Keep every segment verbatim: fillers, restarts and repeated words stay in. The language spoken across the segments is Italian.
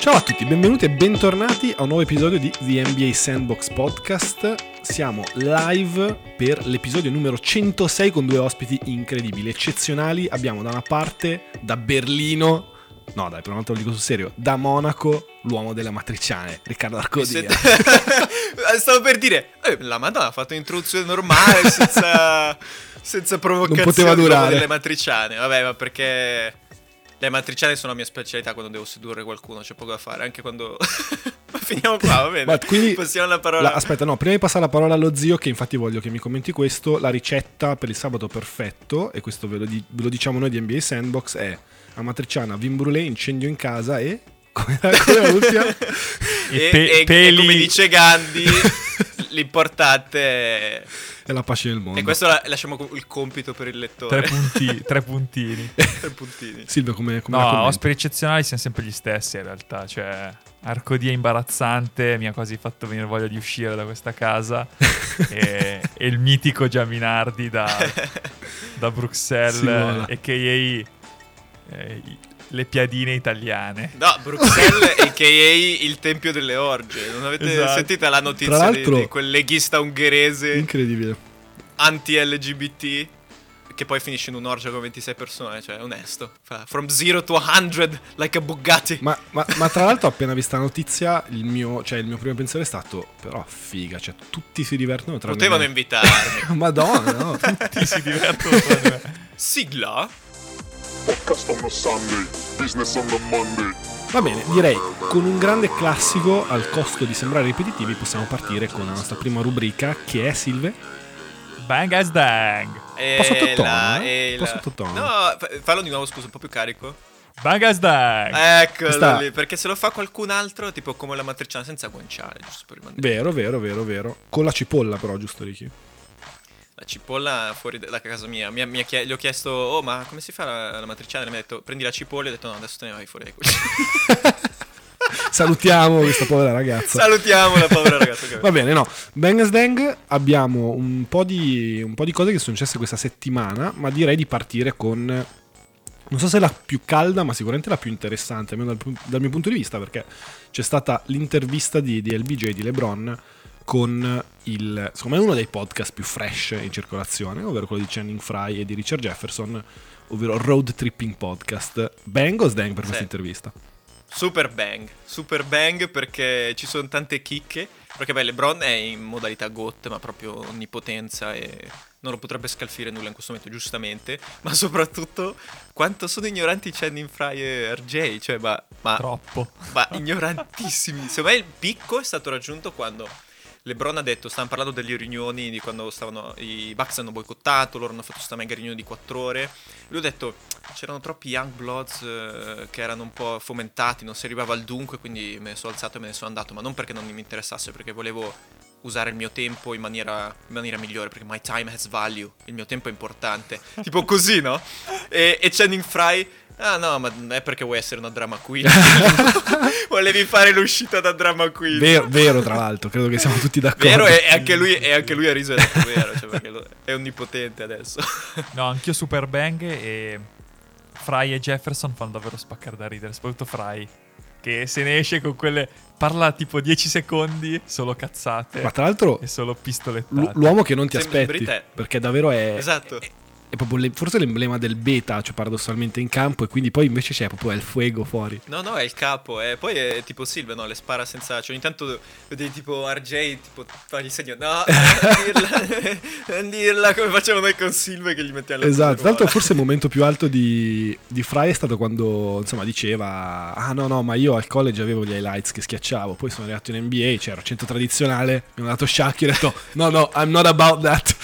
Ciao a tutti, benvenuti e bentornati a un nuovo episodio di The N B A Sandbox Podcast. Siamo live per l'episodio numero centosei con due ospiti incredibili, eccezionali. Abbiamo da una parte, da Berlino, no dai, per un altro lo dico sul serio, da Monaco, l'uomo delle matriciane, Riccardo Arcodia. Stavo per dire, eh, la Madonna ha fatto un'introduzione normale, senza, senza provocazioni. Non poteva durare. Delle matriciane, vabbè, ma perché... Le matriciane sono la mia specialità quando devo sedurre qualcuno, c'è poco da fare, anche quando... Finiamo qua, va bene. Ma quindi, passiamo la parola. La, aspetta, no, prima di passare la parola allo zio, che infatti voglio che mi commenti questo, la ricetta per il sabato perfetto, e questo ve lo, di, ve lo diciamo noi di N B A Sandbox, è amatriciana, vin brûlé, incendio in casa e... Come era l'ultima? e, pe- e, e come dice Gandhi, l'importante è... È la pace del mondo. E questo la, lasciamo il compito per il lettore. Tre, punti, tre puntini. tre puntini. Silvio, come, come no, ospiti eccezionali siamo sempre gli stessi in realtà. Cioè, Arcodia imbarazzante, mi ha quasi fatto venire voglia di uscire da questa casa. e, e il mitico Giaminardi da, da Bruxelles, a k a. Eh, le piadine italiane. No, Bruxelles a k a il Tempio delle Orge. Non avete esatto. sentito la notizia di, di quel leghista ungherese incredibile anti-L G B T che poi finisce in un'orgia con ventisei persone? Cioè, onesto. Fa from zero to hundred like a Bugatti. Ma, ma, ma tra l'altro appena vista la notizia il mio, cioè, il mio primo pensiero è stato però figa, cioè tutti si divertono tra Potevano me. invitarmi. Madonna, no. Tutti si divertono tra me. Sigla. Podcast on the Sunday, business on the Monday. Va bene, direi con un grande classico al costo di sembrare ripetitivi possiamo partire con la nostra prima rubrica, che è Silve. Bang as dang. Un po' sottotono, la, eh? Un po' la... sottotono. No, fallo di nuovo, scusa, un po' più carico. Bang as dang. Eccolo Questa... lì, perché se lo fa qualcun altro, tipo come la matriciana, senza guanciale, giusto per rimanere. Vero, vero, vero, vero. Con la cipolla però, giusto Ricky? La cipolla fuori da casa mia, mi, mi chied- gli ho chiesto, oh ma come si fa la, la matriciana? E mi ha detto, prendi la cipolla, e ho detto no, adesso te ne vai fuori dai qui. Salutiamo questa povera ragazza. Salutiamo la povera ragazza. Okay. Va bene, no. Bang as dang, abbiamo un po' di un po' di cose che sono successe questa settimana, ma direi di partire con, non so se la più calda, ma sicuramente la più interessante, almeno dal, dal mio punto di vista, perché c'è stata l'intervista di, di L B J, di LeBron, con il, secondo me, uno dei podcast più fresh in circolazione, ovvero quello di Channing Frye e di Richard Jefferson, ovvero Road Tripping Podcast. Bang o sdang per sì. questa intervista? Super bang, super bang perché ci sono tante chicche. Perché beh, LeBron è in modalità GOAT, ma proprio onnipotenza, e non lo potrebbe scalfire nulla in questo momento, giustamente. Ma soprattutto quanto sono ignoranti Channing Frye e R J. Cioè, ma, ma troppo. Ma ignorantissimi. Secondo me il picco è stato raggiunto quando LeBron ha detto, stavano parlando delle riunioni di quando stavano, i Bucks hanno boicottato, loro hanno fatto questa mega riunione di quattro ore. Lui ha detto c'erano troppi young bloods eh, che erano un po' fomentati, non si arrivava al dunque, quindi me ne sono alzato e me ne sono andato, ma non perché non mi interessasse, perché volevo usare il mio tempo in maniera, in maniera migliore, perché my time has value, il mio tempo è importante, tipo così, no? E, e Channing Frye, ah no, ma è perché vuoi essere una drama queen. Volevi fare l'uscita da drama queen. Vero, vero, tra l'altro, credo che siamo tutti d'accordo. Vero, e anche lui, e anche lui ha riso e ha detto vero, cioè perché è onnipotente adesso. No, anch'io super bang, e Frye e Jefferson fanno davvero spaccare da ridere, soprattutto Frye, che se ne esce con quelle, parla tipo dieci secondi, solo cazzate. Ma tra l'altro e solo pistolettate. L'uomo che non ti Sembri aspetti, te. perché davvero è... Esatto. È, è proprio le, forse l'emblema del beta, cioè paradossalmente in campo, e quindi poi invece c'è proprio il fuego fuori. No, no, è il capo, e poi è tipo Silve, no, le spara senza, cioè ogni tanto vedi tipo R J, tipo fa il segno, no, non dirla, non dirla, come facciamo noi con Silve che gli mettiamo la esatto, tra l'altro forse il momento più alto di, di Frye è stato quando, insomma, diceva, ah no no, ma io al college avevo gli highlights che schiacciavo, poi sono arrivato in N B A, c'era cioè, centro tradizionale, mi hanno dato sciacchi e ho detto, no no, I'm not about that.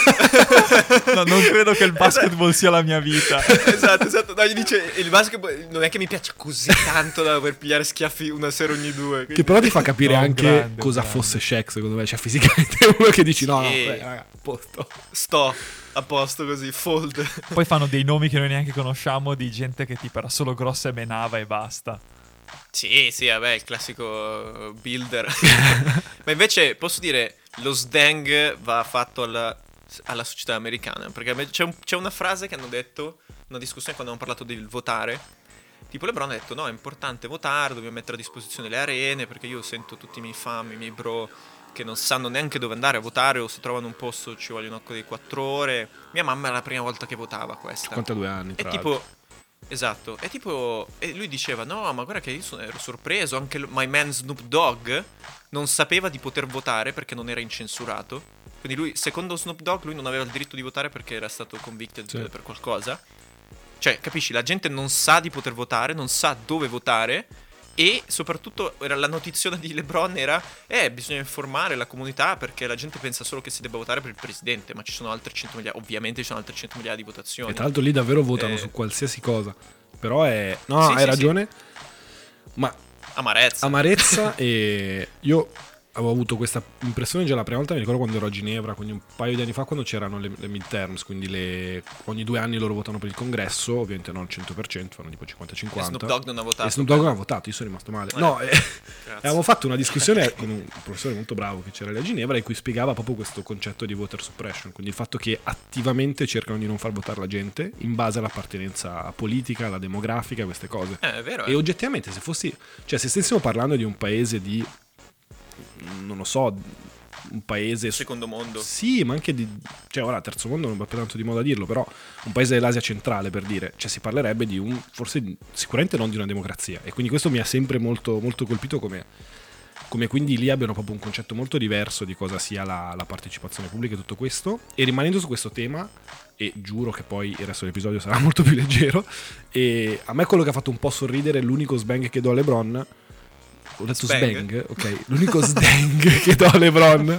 No, non credo che il basketball sia la mia vita. Esatto, esatto. No, gli dice, il basketball non è che mi piace così tanto da per pigliare schiaffi una sera ogni due. Quindi... Che però ti fa capire no, anche grande, cosa grande. fosse Shaq, secondo me. Cioè, fisicamente è uno che dici, sì. no, no, beh, raga, a posto. Sto a posto così, fold. Poi fanno dei nomi che noi neanche conosciamo, di gente che tipo era solo grossa e menava e basta. Sì, sì, vabbè, il classico builder. Ma invece posso dire, lo sdang va fatto alla, alla società americana, perché c'è, un, c'è una frase che hanno detto, una discussione quando hanno parlato del votare, tipo LeBron ha detto no, è importante votare, dobbiamo mettere a disposizione le arene, perché io sento tutti i miei fan, i miei bro che non sanno neanche dove andare a votare, o se trovano un posto ci vogliono di quattro ore. Mia mamma era la prima volta che votava questa. cinquantadue anni, tra E tipo, esatto, e tipo, e lui diceva no, ma guarda che io sono, ero sorpreso, anche il- my man Snoop Dogg non sapeva di poter votare perché non era incensurato. Quindi lui, secondo Snoop Dogg, lui non aveva il diritto di votare perché era stato convicted Sì. per qualcosa. Cioè, capisci, la gente non sa di poter votare, non sa dove votare. E soprattutto era la notizia di LeBron era eh bisogna informare la comunità perché la gente pensa solo che si debba votare per il presidente, ma ci sono altre cento miliardi, ovviamente ci sono altre cento miliardi di votazioni. E tra l'altro lì davvero votano Eh. su qualsiasi cosa. Però è... No, Sì, hai sì, ragione. Ma Amarezza. amarezza e io avevo avuto questa impressione già la prima volta, mi ricordo quando ero a Ginevra, quindi un paio di anni fa, quando c'erano le, le midterms, quindi le, ogni due anni loro votano per il congresso, ovviamente non al cento per cento, fanno tipo cinquanta E cinquanta. Snoop Dogg non ha votato. E Snoop Dogg non ha votato, io sono rimasto male. Eh, No, eh, Grazie. avevamo fatto una discussione con un professore molto bravo che c'era lì a Ginevra in cui spiegava proprio questo concetto di voter suppression, quindi il fatto che attivamente cercano di non far votare la gente in base all'appartenenza politica, alla demografica, queste cose. Eh, è vero. E eh. oggettivamente, se fossi, cioè, se stessimo parlando di un paese di, non lo so, un paese Secondo mondo. sì, ma anche di, cioè, ora terzo mondo non va per tanto di moda dirlo, però un paese dell'Asia centrale, per dire, cioè si parlerebbe di un, forse sicuramente non di una democrazia, e quindi questo mi ha sempre molto, molto colpito come, come quindi lì abbiano proprio un concetto molto diverso di cosa sia la, la partecipazione pubblica e tutto questo. E rimanendo su questo tema, e giuro che poi il resto dell'episodio sarà molto più leggero, e a me quello che ha fatto un po' sorridere, l'unico sbang che do a LeBron, ho detto Sbang? sbang, ok, l'unico sbang che do a LeBron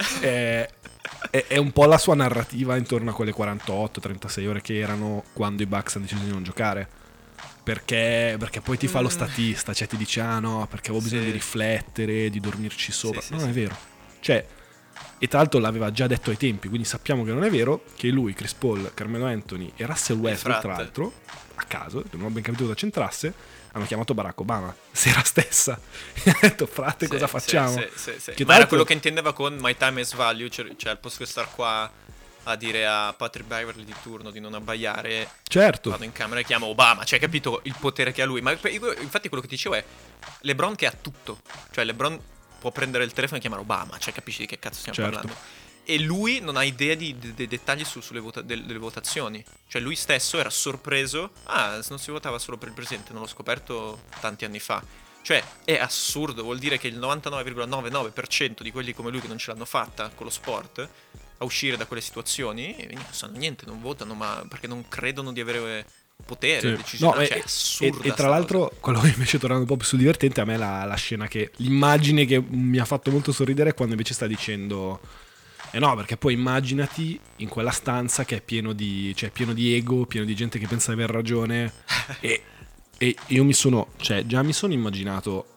è, è, è un po' la sua narrativa intorno a quelle quarantotto trentasei ore che erano quando i Bucks hanno deciso di non giocare. Perché, perché poi ti fa lo statista, cioè ti dice ah no, perché avevo bisogno Sì. di riflettere, di dormirci sopra. Sì, sì, non sì. è vero. Cioè, e tra l'altro l'aveva già detto ai tempi, quindi sappiamo che non è vero, che lui, Chris Paul, Carmelo Anthony e Russell Westbrook, tra frat. l'altro, a caso, non ho ben capito cosa c'entrasse, hanno chiamato Barack Obama sera stessa e ha detto frate Sì, cosa sì, facciamo? sì, sì, sì. Che Ma tra era l'altro- quello che intendeva con my time is value, cioè, cioè al posto di star qua a dire a Patrick Beverly di turno di non abbaiare, Certo, vado in camera e chiamo Obama, cioè capito il potere che ha lui. Ma io- infatti quello che ti dicevo è LeBron che ha tutto, cioè LeBron può prendere il telefono e chiamare Obama, cioè capisci di che cazzo stiamo Certo. parlando. E lui non ha idea di- de- dei dettagli su- sulle vota- del- delle votazioni. Cioè lui stesso era sorpreso. Ah, non si votava solo per il presidente, non l'ho scoperto tanti anni fa. Cioè è assurdo, vuol dire che il novantanove virgola novantanove per cento di quelli come lui che non ce l'hanno fatta con lo sport a uscire da quelle situazioni non sanno niente, non votano, ma perché non credono di avere potere, sì. decisionale. No, Cioè, e, è assurda e- e sta tra l'altro quello che invece tornando un po' più sul divertente, a me la, la scena che l'immagine che mi ha fatto molto sorridere è quando invece sta dicendo eh no, perché poi immaginati in quella stanza che è pieno di, cioè pieno di ego, pieno di gente che pensa di aver ragione e, e io mi sono, cioè già mi sono immaginato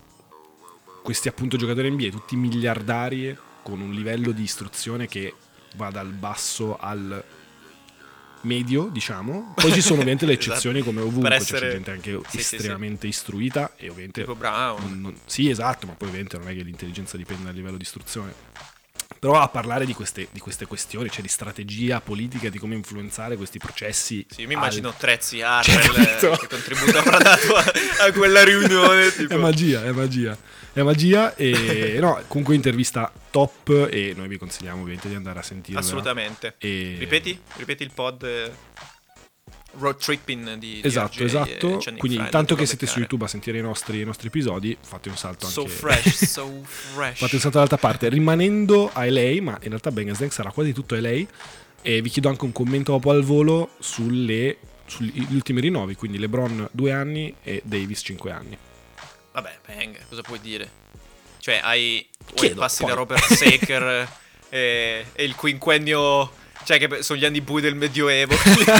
questi appunto giocatori N B A tutti miliardari con un livello di istruzione che va dal basso al medio, diciamo. Poi ci sono ovviamente le Esatto. eccezioni come ovunque, Per cioè, essere- c'è gente anche Sì, sì, estremamente istruita e ovviamente tipo Brown. non- non- sì, esatto, ma poi ovviamente non è che l'intelligenza dipende dal livello di istruzione. Però a parlare di queste, di queste questioni, cioè di strategia politica, di come influenzare questi processi. Sì, io mi immagino al- Trezzi, Cioè, Harrell, capito? che contributo avrà dato a, a quella riunione. Tipo. È magia, è magia. È magia e no, comunque intervista top e noi vi consigliamo ovviamente di andare a sentirla. Assolutamente. E... Ripeti? Ripeti il pod eh, Road Tripping di, di Esatto, R J e esatto. Channing Quindi Frye, intanto che da siete su beccare. YouTube a sentire i nostri, i nostri episodi, fate un salto So anche fresh, so fresh. fate un salto dall'altra parte, rimanendo a L A, ma in realtà Bang Dang sarà quasi tutto L A, e vi chiedo anche un commento dopo al volo sulle, sugli ultimi rinnovi, quindi LeBron due anni e Davis cinque anni. Vabbè, bang, cosa puoi dire? Cioè, hai o Chiedo, passi poi. da Robert Saker e, e il quinquennio, cioè che sono gli anni bui del Medioevo.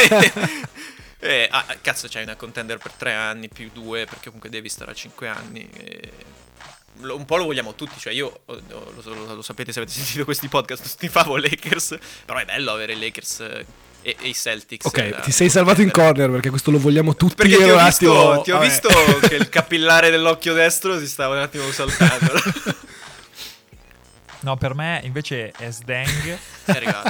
E, ah, cazzo, c'hai una contender per tre anni più due, perché comunque devi stare a cinque anni. E lo- un po' lo vogliamo tutti, cioè io oh, no, lo, lo- lo sapete se avete sentito questi podcast, tifavo Lakers, però è bello avere i Lakers eh, e, e i Celtics. Ok, eh, ti sei salvato in contender. corner perché questo lo vogliamo tutti. Perché ti e ho, un visto, attimo- ti ho vabbè. visto che il capillare dell'occhio destro si stava un attimo saltando. No, per me invece è Sdang. È arrivato.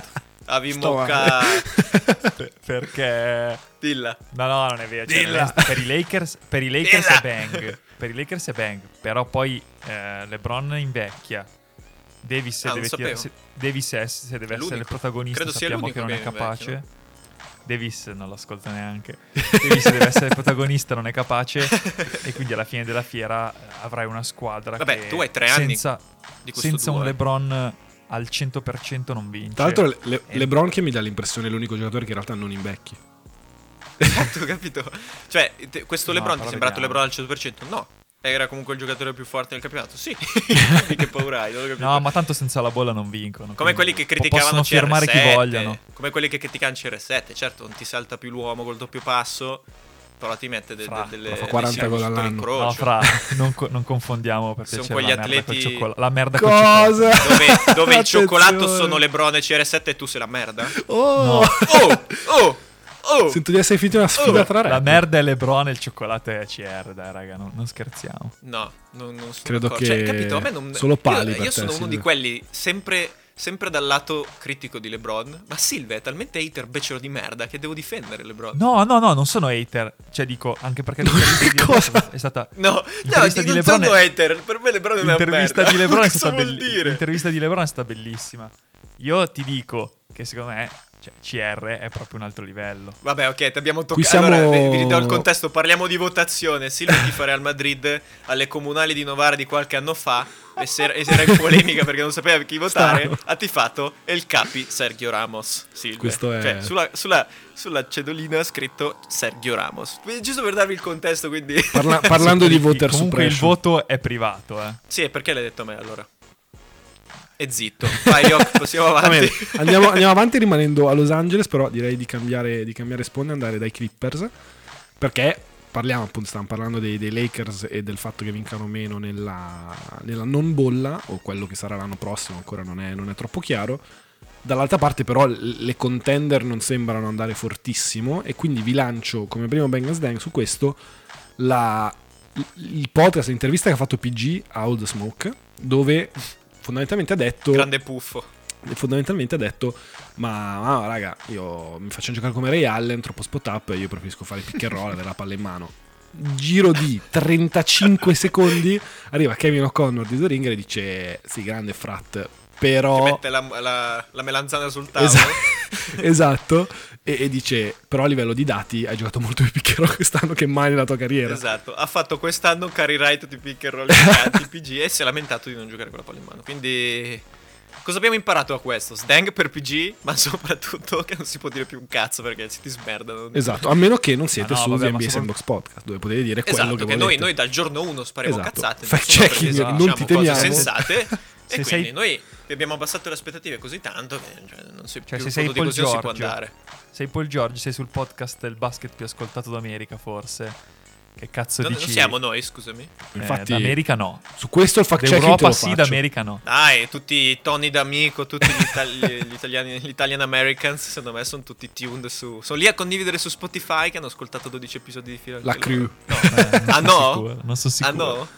Avi Sto Mocca. Per- perché Dilla. no no non è vero, cioè, Dilla. onest- per i Lakers per i Lakers Dilla. è bang per i Lakers è bang, però poi eh, LeBron invecchia. Davis Ah, non deve sapevo. tirare- se, Davis è- se deve essere il l'unico. protagonista, Credo sia sappiamo che non è l'unico che capace. invecchia, Davis non l'ascolta neanche. Davis deve essere il protagonista, non è capace, e quindi alla fine della fiera eh, avrai una squadra Vabbè, che tu hai tre anni senza, di questo senza un duo, eh. LeBron al cento per cento non vince. Tra l'altro, le- le- E- LeBron che mi dà l'impressione è l'unico giocatore che in realtà non invecchi. Esatto, capito? Cioè, te- questo No, LeBron ti è però sembrato vediamo. LeBron al cento per cento? No. Era comunque il giocatore più forte del campionato? Sì. Che paura hai? Non ho capito. No, ma tanto senza la bolla non vincono. Come quelli quindi che po- criticavano possono firmare C R sette, chi vogliono. Come quelli che criticavano C R sette. Certo, non ti salta più l'uomo col doppio passo, però ti mette de- Fra, de- delle... ma fa quaranta dei gol sotto all'anno. l'incrocio. No, fra, non, co- non confondiamo per Sono piacere quegli la merda col atleti- cioccolato. La merda col Cosa? cioccolato. Dove, dove il cioccolato Attenzione. sono LeBron e C R sette e tu sei la merda? Oh! No. Oh! Oh! Oh! Sento di essere finito una sfida Oh, tra La rapper. merda è LeBron e il cioccolato è C R, dai raga, non, non scherziamo. No, non, non sono Credo d'accordo. che Cioè, capito? A me non... solo pali Io, per io te, sono uno Silvio. di quelli sempre, sempre dal lato critico di LeBron. Ma Silvia è talmente hater becero di merda che devo difendere LeBron. No, no, no, non sono hater. Cioè dico, anche perché l'intervista di LeBron Cosa? è stata... No, no, L'intervista ti- di non LeBron sono è- hater. Per me LeBron è una L'intervista merda. di LeBron è Cosa stata vuol belli- dire? L'intervista di LeBron è stata bellissima. Io ti dico che secondo me cioè, C R è proprio un altro livello. Vabbè, ok, ti abbiamo Qui toccato. siamo- Allora, vi, vi ridò il contesto. Parliamo di votazione. Silvio tifa Real Madrid alle comunali di Novara di qualche anno fa. E se era, e se era in polemica perché non sapeva chi votare. Strano. Ha tifato El Capi Sergio Ramos. Silvio. Questo è- Cioè, sulla, sulla, sulla cedolina ha scritto Sergio Ramos. Giusto per darvi il contesto, quindi. Parla- parlando di voter Comunque il suppression. voto è privato, eh. Sì, e perché l'hai detto a me allora? E zitto. Vai, Rioc, possiamo Va avanti. bene, andiamo, andiamo avanti rimanendo a Los Angeles, però direi di cambiare, di cambiare sponda e andare dai Clippers, perché parliamo appunto, stiamo parlando dei, dei Lakers e del fatto che vincano meno nella, nella non bolla, o quello che sarà l'anno prossimo, ancora non è, non è troppo chiaro. Dall'altra parte però l- le contender non sembrano andare fortissimo, e quindi vi lancio come primo Bang and Slang su questo la, il podcast, l'intervista che ha fatto P G a Old Smoke, dove fondamentalmente ha detto Grande puffo. fondamentalmente ha detto ma, ma raga, io mi faccio giocare come Ray Allen, troppo spot up, io preferisco fare pick and roll, avere la palla in mano. Giro di trentacinque secondi arriva Kevin O'Connor di The Ringer e dice sì, grande frat, Che però mette la, la, la melanzana sul tavolo. Esa- esatto, e, e dice però a livello di dati hai giocato molto più pick and roll quest'anno che mai nella tua carriera. Esatto. Ha fatto quest'anno carry right di pick and roll giganti P G e si è lamentato di non giocare con la palla in mano. Quindi cosa abbiamo imparato da questo? Sdang per P G, ma soprattutto che non si può dire più un cazzo perché si ti smerdano. Esatto, a meno che non siete Ma no, su vabbè, The ma N B A sopra- Sandbox Podcast, dove potete dire quello Esatto, che che, volete. noi, noi dal giorno uno spariamo Esatto. cazzate. Fact nessuno checking, perché non ti diciamo cose temiamo. sensate. Se e sei- quindi noi vi abbiamo abbassato le aspettative così tanto che cioè, non si, Cioè, più se sei fondo di Paul così non si può George, andare. sei Paul George, sei sul podcast del basket più ascoltato d'America, forse. Che cazzo Non, non dici? siamo noi, scusami. Eh, Infatti d'America no. su questo il fact checking te D'Europa lo sì, faccio. d'America no. Dai, tutti i Tony D'Amico, tutti gli, itali- gli italiani, gli Italian Americans, secondo me sono tutti tuned su. Sono lì a condividere su Spotify che hanno ascoltato dodici episodi di fila. La anche crew. loro. No. Eh, non Ah, sono no? sicuro, non sono Ah sicuro. no?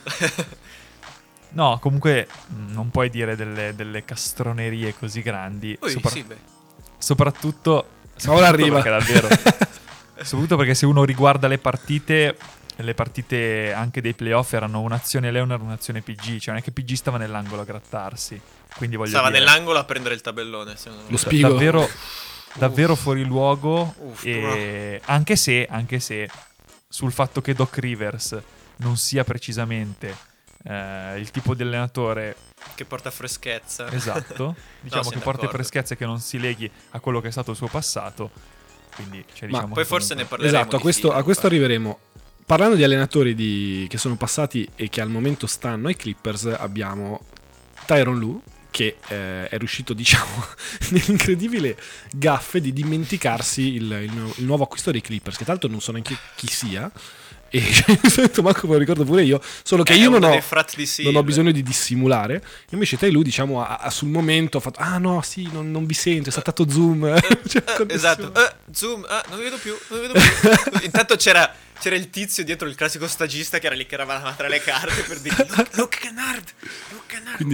No, comunque mh, non puoi dire delle, delle castronerie così grandi. Ui, sopra- sì, beh. Soprattutto, Ora soprattutto arriva. perché davvero. Soprattutto perché se uno riguarda le partite, le partite anche dei playoff erano un'azione Leonard, un'azione P G. Cioè non è che P G stava nell'angolo a grattarsi. Quindi voglio Stava dire, nell'angolo a prendere il tabellone. secondo me. Lo spiego. davvero, davvero fuori luogo. Uff, E anche se, anche se sul fatto che Doc Rivers non sia precisamente eh, il tipo di allenatore Che porta freschezza. esatto, diciamo siamo che porta d'accordo. freschezza e che non si leghi a quello che è stato il suo passato. Quindi, cioè, Ma diciamo Poi che forse ne comunque- parleremo. Esatto, a di questo, fila, a questo infatti. arriveremo. Parlando di allenatori di- che sono passati e che al momento stanno ai Clippers, abbiamo Tyronn Lue, che eh, è riuscito, diciamo, nell'incredibile gaffe di dimenticarsi il, il nu- il nuovo acquisto dei Clippers, che tra l'altro non so neanche chi sia. E in questo momento manco me lo ricordo pure io, solo che È io non uno ho, dei frat di non Silver. ho bisogno di dissimulare. Invece Ty Lue, diciamo, ha- ha sul momento ha fatto ah no, sì, non, non vi sento, è saltato Zoom. Cioè, Eh, connessione. esatto. Eh, zoom, ah, non vi vedo più, non vi vedo più. Intanto c'era, c'era il tizio dietro, il classico stagista che era lì che eravamo tra le carte per dire Luca Kennard, Luca Kennard. Quindi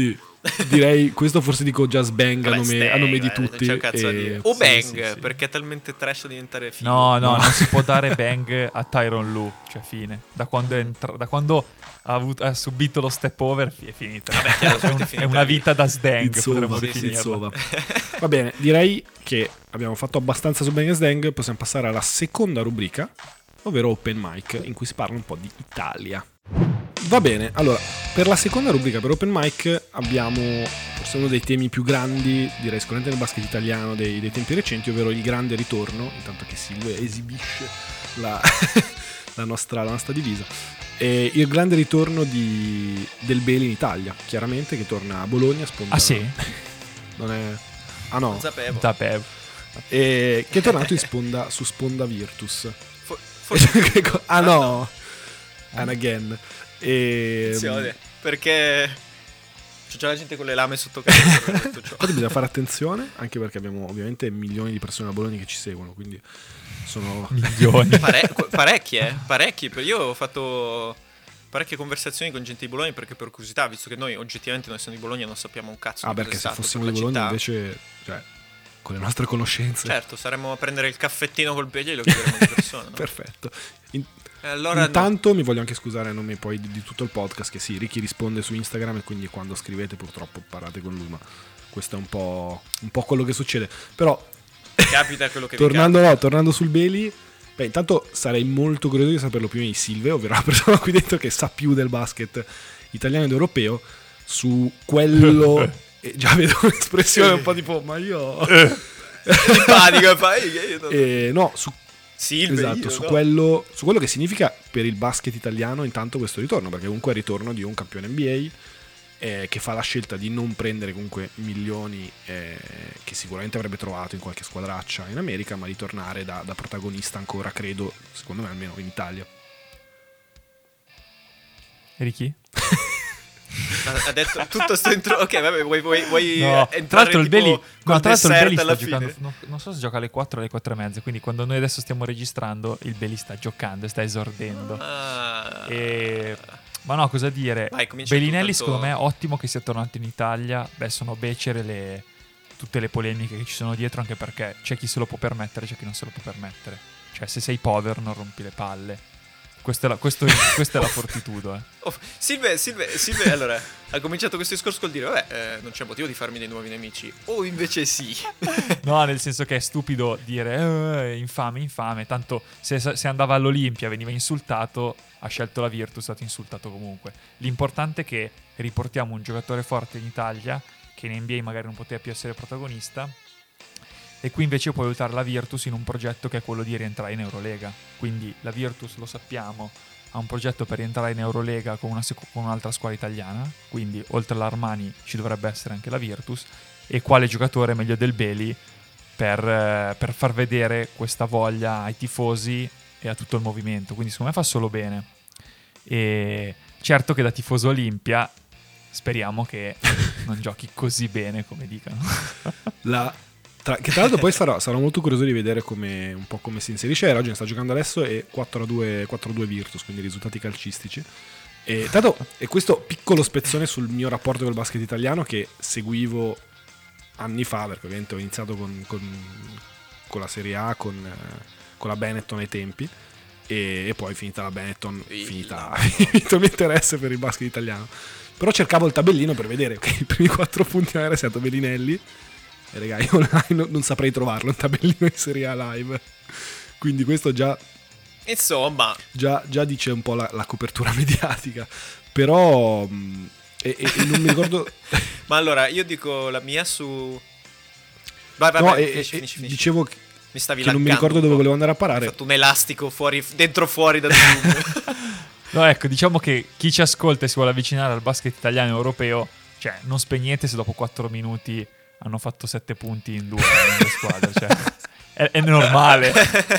direi questo forse dico Just Bang a Vabbè, nome, Stang, a nome di eh, tutti. c'è un cazzo da e- dire. O sì, Bang, sì, sì. perché è talmente trash da diventare figo. No, no, No. non si può dare bang a Tyron Lue, cioè fine. Da quando, è entra- da quando ha, avuto- ha subito lo step over è finita. Vabbè, chiaro, è, un- è è finita una lì. vita da Sdang, Insomma, potremmo sì, sì, definirla. insomma. Va bene, direi che abbiamo fatto abbastanza su Bang and Sdang, possiamo passare alla seconda rubrica, ovvero Open Mic, in cui si parla un po' di Italia. Va bene, allora, per la seconda rubrica, per Open Mic, abbiamo forse uno dei temi più grandi, direi sicuramente nel basket italiano dei, dei tempi recenti, ovvero il grande ritorno, intanto che Silve esibisce la, la, nostra, la nostra divisa. E il grande ritorno di, del Beli in Italia, chiaramente, che torna a Bologna. Sponda, Ah sì? Non è... Ah no, Non sapevo. Sapevo. e, che è tornato in sponda, su Sponda Virtus. For- forse Che co- ah no, and again. E, attenzione, perché c'è già la gente con le lame sotto casa per tutto ciò. Infatti bisogna fare attenzione, anche perché abbiamo ovviamente milioni di persone a Bologna che ci seguono, quindi sono... Milioni. Pare- parecchi, eh, parecchi. per- Io ho fatto parecchie conversazioni con gente di Bologna perché per curiosità, visto che noi oggettivamente noi siamo di Bologna non sappiamo un cazzo Ah, di cosa perché è se stato fossimo per di la Bologna città. invece, cioè, con le nostre conoscenze... Certo, saremmo a prendere il caffettino col piede e lo chiederemo di persona, no? Perfetto. In- E allora no. Intanto mi voglio anche scusare a nome poi di, di tutto il podcast, che sì, Ricky risponde su Instagram e quindi quando scrivete purtroppo parlate con lui, ma questo è un po', un po' quello che succede. Però capita quello che vi tornando, no, tornando sul Beli, beh, intanto sarei molto curioso di sapere l'opinione di Silve, ovvero la persona qui dentro che sa più del basket italiano ed europeo, su quello... e già vedo un'espressione un po' tipo, ma io... simpatico e fai che io non- Eh, no, su Silve, esatto, io, su, no? quello, su quello che significa per il basket italiano intanto questo ritorno, perché comunque è il ritorno di un campione N B A eh, che fa la scelta di non prendere comunque milioni eh, che sicuramente avrebbe trovato in qualche squadraccia in America, ma di tornare da, da protagonista ancora, credo, secondo me almeno in Italia. Ricky? Ha ha detto tutto sto intro. Ok, vabbè, vuoi, vuoi, vuoi No, entrare tra l'altro il tipo Beli, col no, tra l'altro il dessert Beli sta alla giocando, fine? no, non so se gioca alle quattro o alle quattro e mezza, quindi quando noi adesso stiamo registrando il Beli sta giocando e sta esordendo. Ah. E... Ma no, cosa dire? Vai, comincia Bellinelli tutto il tuo- secondo me è ottimo che sia tornato in Italia. Beh, sono becere le... tutte le polemiche che ci sono dietro, anche perché c'è chi se lo può permettere, c'è chi non se lo può permettere. Cioè, se sei povero non rompi le palle. Questa è la, questo- questa è la fortitudo, eh. Oh, Silve, Silve, Silve, allora, ha cominciato questo discorso col dire, vabbè, eh, non c'è motivo di farmi dei nuovi nemici. O invece sì. No, nel senso che è stupido dire eh, infame, infame. Tanto se, se andava all'Olimpia veniva insultato, ha scelto la Virtus, è stato insultato comunque. L'importante è che riportiamo un giocatore forte in Italia, che in N B A magari non poteva più essere protagonista, e qui invece puoi aiutare la Virtus in un progetto che è quello di rientrare in Eurolega. Quindi la Virtus, lo sappiamo, ha un progetto per rientrare in Eurolega con, una sec- con un'altra squadra italiana, quindi oltre all'Armani ci dovrebbe essere anche la Virtus. E quale giocatore meglio del Beli per, eh, per far vedere questa voglia ai tifosi e a tutto il movimento, quindi secondo me fa solo bene. E certo che da tifoso Olimpia speriamo che non giochi così bene come dicono. La, tra, che tra l'altro poi sarò, sarò molto curioso di vedere come, un po' come si inserisce. Roggen sta giocando adesso e quattro a due Virtus, quindi risultati calcistici. E tanto e questo piccolo spezzone sul mio rapporto col basket italiano che seguivo anni fa, perché ovviamente ho iniziato con, con, con la Serie A, con, eh, con la Benetton ai tempi, e, e poi finita la Benetton, Il- finita finito il mio interesse per il basket italiano. Però cercavo il tabellino per vedere che i primi quattro punti era stato Bellinelli, e raga, io online non, non saprei trovarlo un tabellino in Serie A live, quindi questo già Insomma, già, già dice un po' la, la copertura mediatica. Però mh, e, e- e non mi ricordo ma allora io dico la mia su. Vai, vai, no, vai, e- finisci, e- finisci, finisci. dicevo che Mi stavi non mi laggando ricordo un dove po'. volevo andare a Hai parare. fatto un elastico fuori, dentro fuori da Zoom. No, ecco, diciamo che chi ci ascolta e si vuole avvicinare al basket italiano e europeo, cioè non spegnete se dopo quattro minuti hanno fatto sette punti in due, in due squadre, cioè è, è normale.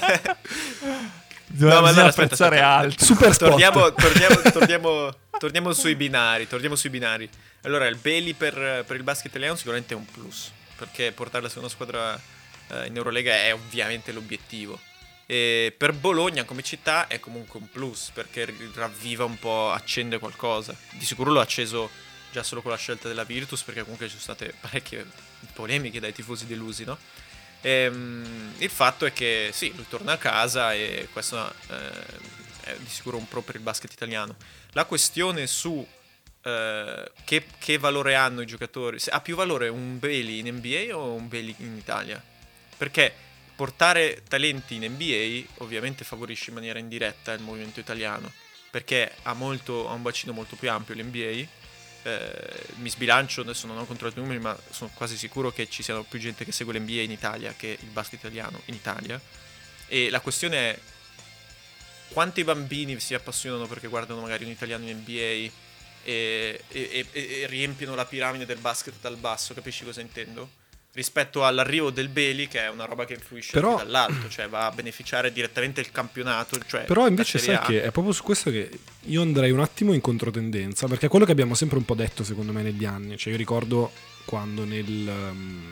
No, ma Bisogna allora, aspetta, apprezzare aspetta. altro. Super spot. torniamo, torniamo, torniamo, torniamo sui binari. Torniamo sui binari. Allora, il Beli per, per il basket italiano sicuramente è un plus, perché portare la seconda squadra eh, in Eurolega è ovviamente l'obiettivo. E per Bologna come città è comunque un plus, perché ravviva un po', accende qualcosa. Di sicuro l'ho acceso già solo con la scelta della Virtus, perché comunque ci sono state parecchie polemiche dai tifosi delusi, no? Ehm, il fatto è che sì, lui torna a casa e questo eh, è di sicuro un pro per il basket italiano. La questione su eh, che, che valore hanno i giocatori, se ha più valore un Bailey in N B A o un Bailey in Italia? Perché portare talenti in N B A ovviamente favorisce in maniera indiretta il movimento italiano, perché ha, molto, ha un bacino molto più ampio l'N B A. Eh, mi sbilancio, adesso non ho controllato i numeri, ma sono quasi sicuro che ci siano più gente che segue l'N B A in Italia che il basket italiano in Italia. E la questione è quanti bambini si appassionano perché guardano magari un italiano in N B A e, e, e, e riempiono la piramide del basket dal basso, capisci cosa intendo? Rispetto all'arrivo del Bailey, che è una roba che influisce Però, anche dall'alto, cioè va a beneficiare direttamente il campionato. Cioè però invece la Serie sai A. che è proprio su questo che io andrei un attimo in controtendenza, perché è quello che abbiamo sempre un po' detto secondo me negli anni. Cioè io ricordo quando nel, um,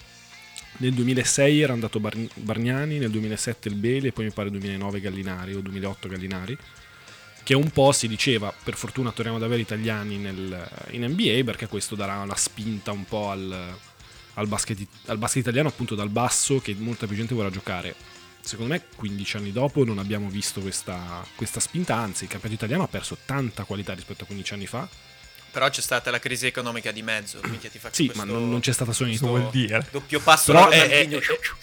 nel duemilasei era andato Bar- Bargnani, nel duemilasette il Bailey e poi mi pare duemilanove Gallinari o duemilaotto Gallinari, che un po' si diceva per fortuna torniamo ad avere italiani nel, in N B A perché questo darà la spinta un po' al... Al basket, al basket italiano appunto dal basso, che molta più gente vorrà giocare. Secondo me quindici anni dopo non abbiamo visto questa, questa spinta, anzi il campionato italiano ha perso tanta qualità rispetto a quindici anni fa. Però c'è stata la crisi economica di mezzo, minchia, ti faccio Sì, questo ma non, non c'è stata solo in Cosa vuol dire? doppio passo. Però da è- Ronaldinho.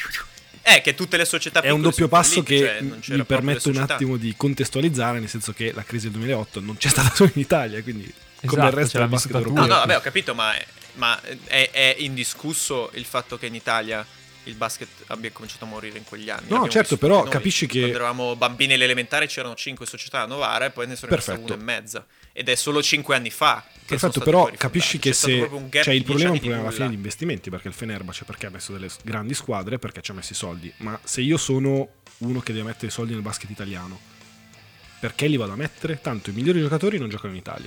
È che tutte le società È un piccole doppio sono passo fallite, che cioè, non c'era mi proprio permette le un società. attimo di contestualizzare, nel senso che la crisi del duemilaotto non c'è stata solo in Italia, quindi come il Esatto, resto ce l'ha del basket vissuta europeo. No, no, vabbè, ho capito, ma, è, ma è, è indiscusso il fatto che in Italia il basket abbia cominciato a morire in quegli anni. No, L'abbiamo certo, vissuto però anche noi. capisci che- Quando eravamo bambini all'elementare c'erano cinque società a Novara e poi ne sono rimaste Perfetto. una e mezza. Ed è solo cinque anni fa che Perfetto, sono stati però poi rifondati. capisci che C'è stato se proprio un gap cioè il di problema è un dieci anni problema alla di fine di nulla. investimenti, perché il Fenerbahce perché ha messo delle grandi squadre, perché ci ha messo i soldi, ma se io sono uno che deve mettere i soldi nel basket italiano, perché li vado a mettere? Tanto i migliori giocatori non giocano in Italia,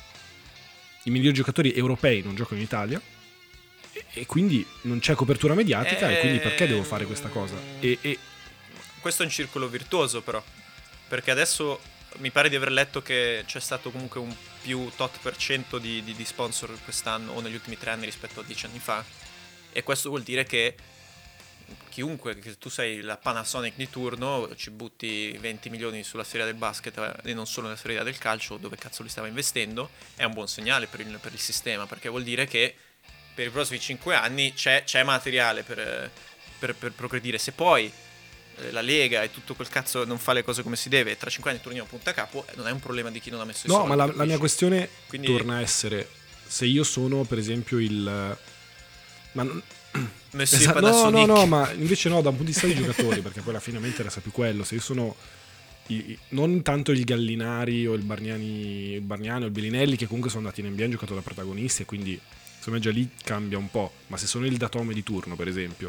i migliori giocatori europei non giocano in Italia e, e quindi non c'è copertura mediatica e quindi perché devo fare questa cosa? E, e Questo è un circolo virtuoso però, perché adesso mi pare di aver letto che c'è stato comunque un più tot per cento di, di, di sponsor quest'anno o negli ultimi tre anni rispetto a dieci anni fa, e questo vuol dire che chiunque, che tu sei la Panasonic di turno, ci butti venti milioni sulla Serie A del basket eh, e non solo nella Serie A del calcio, dove cazzo li stava investendo, è un buon segnale per il, per il sistema, perché vuol dire che per i prossimi cinque anni c'è, c'è materiale per, per, per progredire. Se poi eh, la Lega e tutto quel cazzo non fa le cose come si deve e tra cinque anni torniamo a punta a capo, eh, non è un problema di chi non ha messo i no, soldi. ma la, la capisci? mia questione Quindi- torna a essere se io sono per esempio il ma non- Monsieur Esa- no, Panasonic. no, no, ma invece no, da un punto di vista dei giocatori, perché poi alla fine a me interessa più quello. Se io sono i- i- non tanto il Gallinari o il Bargnani, il Bargnani o il Bellinelli, che comunque sono andati in N B A e hanno giocato da protagonisti, e quindi insomma già lì cambia un po'. Ma se sono il Datome di turno, per esempio,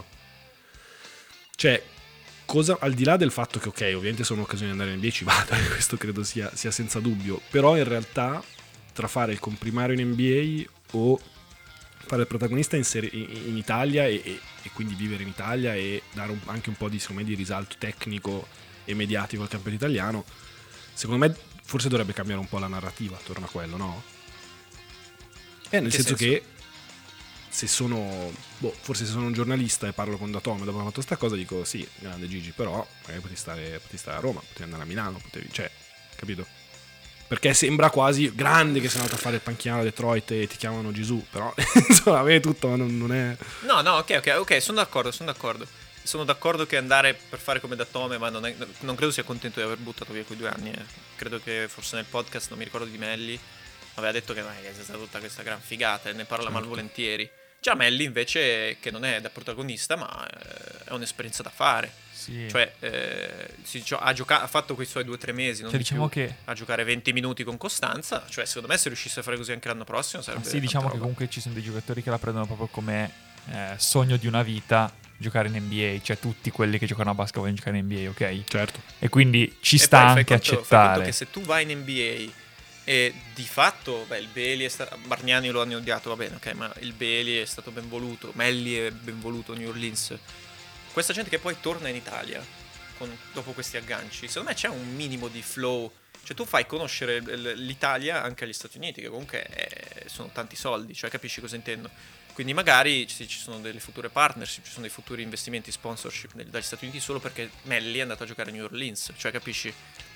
cioè, cosa, al di là del fatto che, ok, ovviamente sono occasioni di andare in N B A, ci vado, questo credo sia, sia senza dubbio, però in realtà tra fare il comprimario in N B A o fare il protagonista in, serie, in, in Italia e, e, e quindi vivere in Italia e dare un, anche un po' di, secondo me, di risalto tecnico e mediatico al campionato italiano, secondo me forse dovrebbe cambiare un po' la narrativa attorno a quello, no? Eh, nel che senso, senso? che se sono boh, forse se sono un giornalista e parlo con Datome dopo aver fatto sta cosa, dico sì, grande Gigi, però magari potevi stare, potevi stare a Roma, potevi andare a Milano, potevi, cioè, capito? Perché sembra quasi grande che sei andato a fare il panchinato a Detroit e ti chiamano Gesù, però insomma, a me tutto non, non è... No, no, ok, ok, ok, sono d'accordo, sono d'accordo. Sono d'accordo che andare per fare come Datome, ma non, è, non credo sia contento di aver buttato via quei due anni. Eh. Credo che forse nel podcast, non mi ricordo di Melli, aveva detto che è stata tutta questa gran figata e ne parla Certo. malvolentieri. Già Melli invece, che non è da protagonista, ma eh, è un'esperienza da fare. Sì. Cioè, eh, si gio- ha, gioca- ha fatto quei suoi due o tre mesi, non Cioè, di diciamo più, che- a giocare venti minuti con costanza. Cioè, secondo me se riuscisse a fare così anche l'anno prossimo Ma sarebbe sì, diciamo tanta che roba. comunque ci sono dei giocatori che la prendono proprio come eh, sogno di una vita giocare in N B A, cioè tutti quelli che giocano a basket vogliono giocare in N B A, ok? Certo. E quindi ci E sta poi fai anche conto- fai conto accettare. che se tu vai in N B A e di fatto, beh, il Bailey è stato, Bargnani lo hanno odiato, va bene, ok, ma il Bailey è stato ben voluto, Melli è ben voluto, New Orleans. Questa gente che poi torna in Italia con- dopo questi agganci, secondo me c'è un minimo di flow, Cioè tu fai conoscere l- l'Italia anche agli Stati Uniti, che comunque è- sono tanti soldi, cioè capisci cosa intendo? Quindi magari ci, ci sono delle future partnership, ci sono dei futuri investimenti, sponsorship nel- dagli Stati Uniti solo perché Melli è andato a giocare a New Orleans, cioè capisci?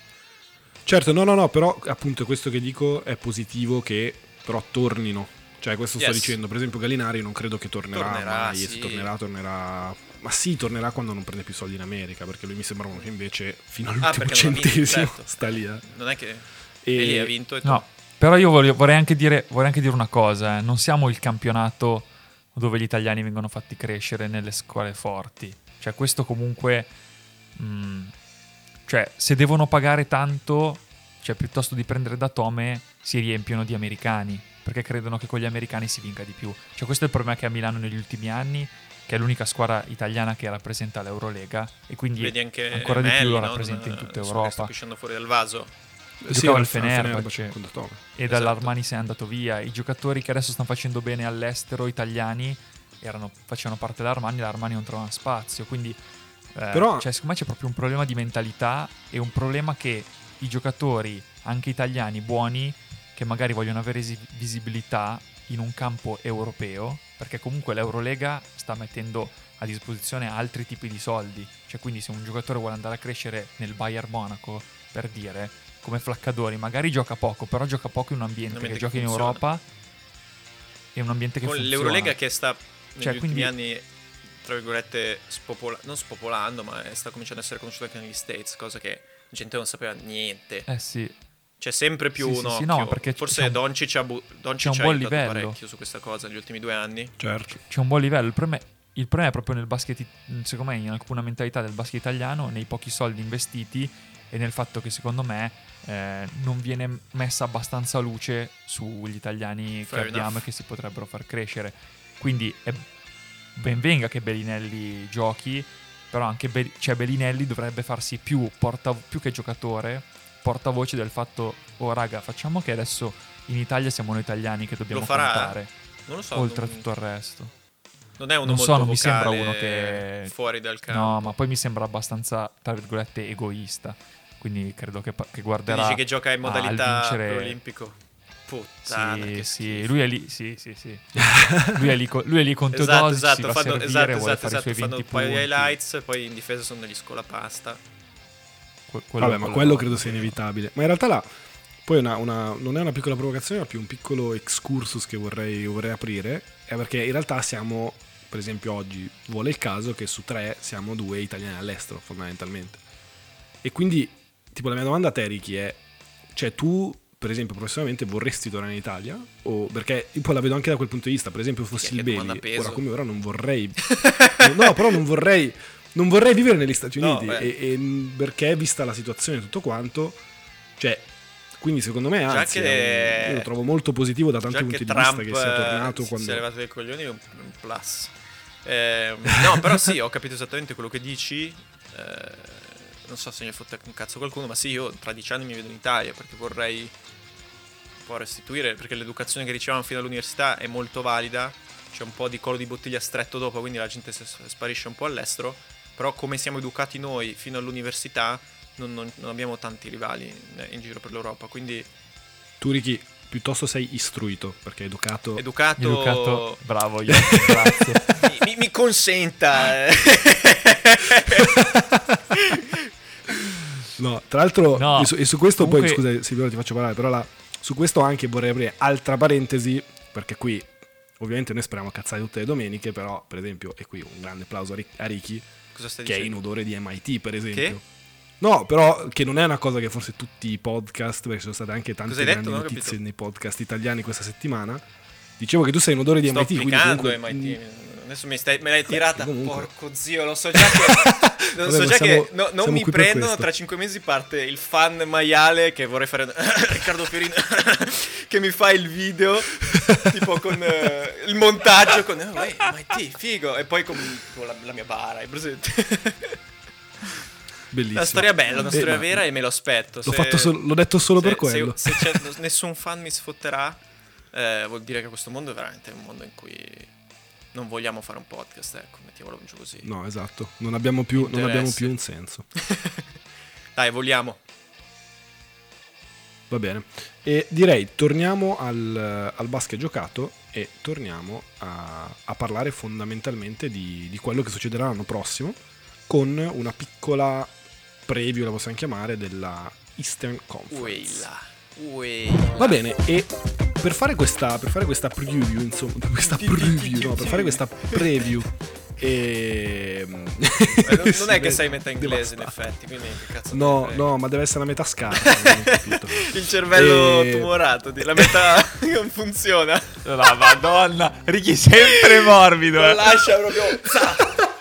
Certo, no, no, no, però appunto questo che dico è positivo che però tornino. Cioè questo sto Yes. dicendo, per esempio Gallinari non credo che tornerà, Tornerà, mai, e sì. se tornerà tornerà... Ma sì, tornerà quando non prende più soldi in America, perché lui mi sembra uno che invece fino all'ultimo Ah, perché non ha vinto, centesimo certo. sta lì. eh. Non è che E- Melli ha vinto e No, però io voglio- vorrei, anche dire, vorrei anche dire una cosa, eh. Non siamo il campionato dove gli italiani vengono fatti crescere nelle scuole forti. Cioè questo comunque... mh, cioè se devono pagare tanto, cioè piuttosto di prendere da Tome, si riempiono di americani, perché credono che con gli americani si vinca di più. Cioè questo è il problema che ha Milano negli ultimi anni, che è l'unica squadra italiana che rappresenta l'Eurolega e quindi vedi anche ancora di Melli, più lo no? rappresenta in Non- tutta insomma, che sta Europa. uscendo fuori dal vaso. Sì, Giocava al al Fenerbahce. Fenerbahce con Tome. E Esatto. dall'Armani se è andato via. I giocatori che adesso stanno facendo bene all'estero, italiani, erano, facevano parte dell'Armani, l'Armani non trovava spazio. Quindi, eh, Però- cioè, secondo me c'è proprio un problema di mentalità e un problema che i giocatori, anche italiani buoni, che magari vogliono avere esi- visibilità in un campo europeo, perché comunque l'Eurolega sta mettendo a disposizione altri tipi di soldi. Cioè, quindi se un giocatore vuole andare a crescere nel Bayern Monaco, per dire, come Flaccadori, magari gioca poco, però gioca poco in un ambiente, Un ambiente che che gioca in funziona. Europa e un ambiente che Con funziona. l'Eurolega che sta negli Cioè, ultimi quindi- anni, tra virgolette, spopola- non spopolando, ma sta cominciando a essere conosciuta anche negli States, cosa che la gente non sapeva niente. Eh sì, C'è sempre più Sì, un sì, sì, occhio. no, perché Forse c'è un- Doncic ha, bu- Doncic c'è un ha buon aiutato livello. parecchio su questa cosa negli ultimi due anni. Certo. c'è un buon livello. Il problema, il problema è proprio nel basket, it- secondo me, in alcuna mentalità del basket italiano, nei pochi soldi investiti e nel fatto che secondo me eh, non viene messa abbastanza luce sugli italiani Fair che abbiamo enough. e che si potrebbero far crescere. Quindi è ben venga che Bellinelli giochi, però anche Be- cioè Bellinelli dovrebbe farsi più, porta, più che giocatore, portavoce del fatto, oh raga, facciamo che adesso in Italia siamo noi italiani che dobbiamo Lo farà? contare, Non lo so. oltre a non, tutto il resto. non è uno Non molto so, non mi vocale, sembra uno che- fuori dal campo. No, ma poi mi sembra abbastanza, tra virgolette, egoista. Quindi credo che, pa- che Tu guarderà dici che gioca in al modalità vincere- preolimpico? Puttana, Sì, che sì, schifo. lui è lì, sì, sì, sì. lui, è lì con, lui è lì con Esatto, Teodosic, si esatto, va a fanno, servire, esatto, vuole esatto, fare esatto, i suoi fanno venti un paio di punti. highlights, poi in difesa sono degli scolapasta. Que- quello- Vabbè, ma quello credo sia inevitabile. Ma in realtà là, poi una, una- non è una piccola provocazione, ma più un piccolo excursus che vorrei, vorrei aprire, è perché in realtà siamo, per esempio oggi, vuole il caso che su tre siamo due italiani all'estero, fondamentalmente. E quindi, tipo, la mia domanda a te, Ricky, è, cioè tu, per esempio, professionalmente vorresti tornare in Italia? O, perché io poi la vedo anche da quel punto di vista, per esempio, fossi Sì, il che domanda a Baby, peso. ora come ora non vorrei... no, però non vorrei... Non vorrei vivere negli Stati No, Uniti beh. e, e perché vista la situazione e tutto quanto, cioè, quindi secondo me anzi Già che- è un- io lo trovo molto positivo da tanti Già punti che di Trump vista che sia tornato eh, quando... si è levato dai coglioni è un, un plus. Eh, no, però sì, ho capito esattamente quello che dici. Eh, non so se ne fotte un cazzo qualcuno, ma sì, io tra dieci anni mi vedo in Italia perché vorrei un po' restituire, perché l'educazione che ricevevamo fino all'università è molto valida. C'è un po' di collo di bottiglia stretto dopo, quindi la gente si sparisce un po' all'estero. Però come siamo educati noi fino all'università non, non- non abbiamo tanti rivali in, in giro per l'Europa, quindi Tu, Ricky, piuttosto sei istruito, perché educato... educato, Educato, bravo, io, grazie. mi, mi- mi consenta eh. No, tra l'altro, No, e, su, e su questo comunque- poi, scusa Silvio, ti faccio parlare, però la- su questo anche vorrei aprire altra parentesi, perché qui ovviamente noi speriamo cazzare tutte le domeniche, però per esempio, e qui un grande applauso a, Ric- a Ricky, Cosa stai che è in dicendo? odore di M I T, per esempio. Che? No, però che non è una cosa che forse tutti i podcast, perché ci sono state anche tante Cosa hai detto? grandi Non ho notizie capito. nei podcast italiani questa settimana. Dicevo che tu sei in odore di Sto M I T, quindi applicando comunque... M I T. Adesso mi stai, me l'hai tirata. comunque. Porco zio, lo so già che. Non Vabbè, so ma già siamo- che no- non siamo mi qui per prendono. questo. Tra cinque mesi parte il fan maiale che vorrei fare. Riccardo Fiorini che mi fa il video tipo con eh, il montaggio con oh, hey, M I T, figo. E poi con, con la, la mia bara, hai presente? Bellissimo. Una storia bella, una Eh, storia ma vera e me lo aspetto. L'ho, Se- fatto sol- l'ho detto solo se- per quello. Se, se c'è- nessun fan mi sfotterà, eh, vuol dire che questo mondo è veramente un mondo in cui non vogliamo fare un podcast, ecco, mettiamolo giù così. No, esatto. Non abbiamo più, non Interesse. abbiamo più un senso. Dai, vogliamo. Va bene. E direi torniamo al, al basket giocato e torniamo a, a parlare fondamentalmente di, di quello che succederà l'anno prossimo, con una piccola preview, la possiamo chiamare, della Eastern Conference. Ueila, ueila. Va bene, e per fare questa, per fare questa preview, insomma, questa preview, no, per fare questa preview e... Eh, non, non è che sai metà inglese in effetti, quindi che cazzo No, te ne no, ma deve essere la metà scarsa, non ho capito. Il cervello E- tumorato, la metà non funziona. La madonna, Ricky sempre morbido. Lo eh. lascia proprio. Za!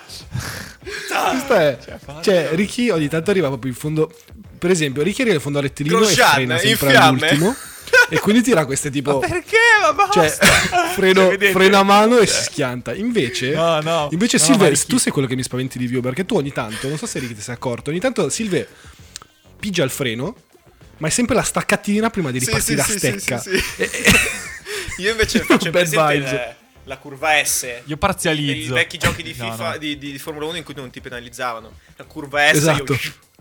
Za! Questo è, faccio- cioè, Ricky ogni tanto arriva proprio in fondo. Per esempio, Ricky arriva in fondo al rettilineo e Grosjean, frena in sempre fiamme. all'ultimo. E quindi tira queste tipo. Perché? Ma basta. Cioè, freno, Cioè, vedete? frena a mano e si schianta. Invece, No, no. invece No, Silve, ma Ricky- tu sei quello che mi spaventi di più. Perché tu ogni tanto, non so se Ricky ti sei accorto, ogni tanto Silve pigia il freno, ma è sempre la staccatina prima di Sì, ripartire sì, a sì, stecca. sì, sì, sì. E- e- Io invece faccio Bad presente vibes. il- la curva S. Io I parzializzo. vecchi giochi di No, FIFA no. Di, di Formula uno in cui non ti penalizzavano. La curva S Esatto.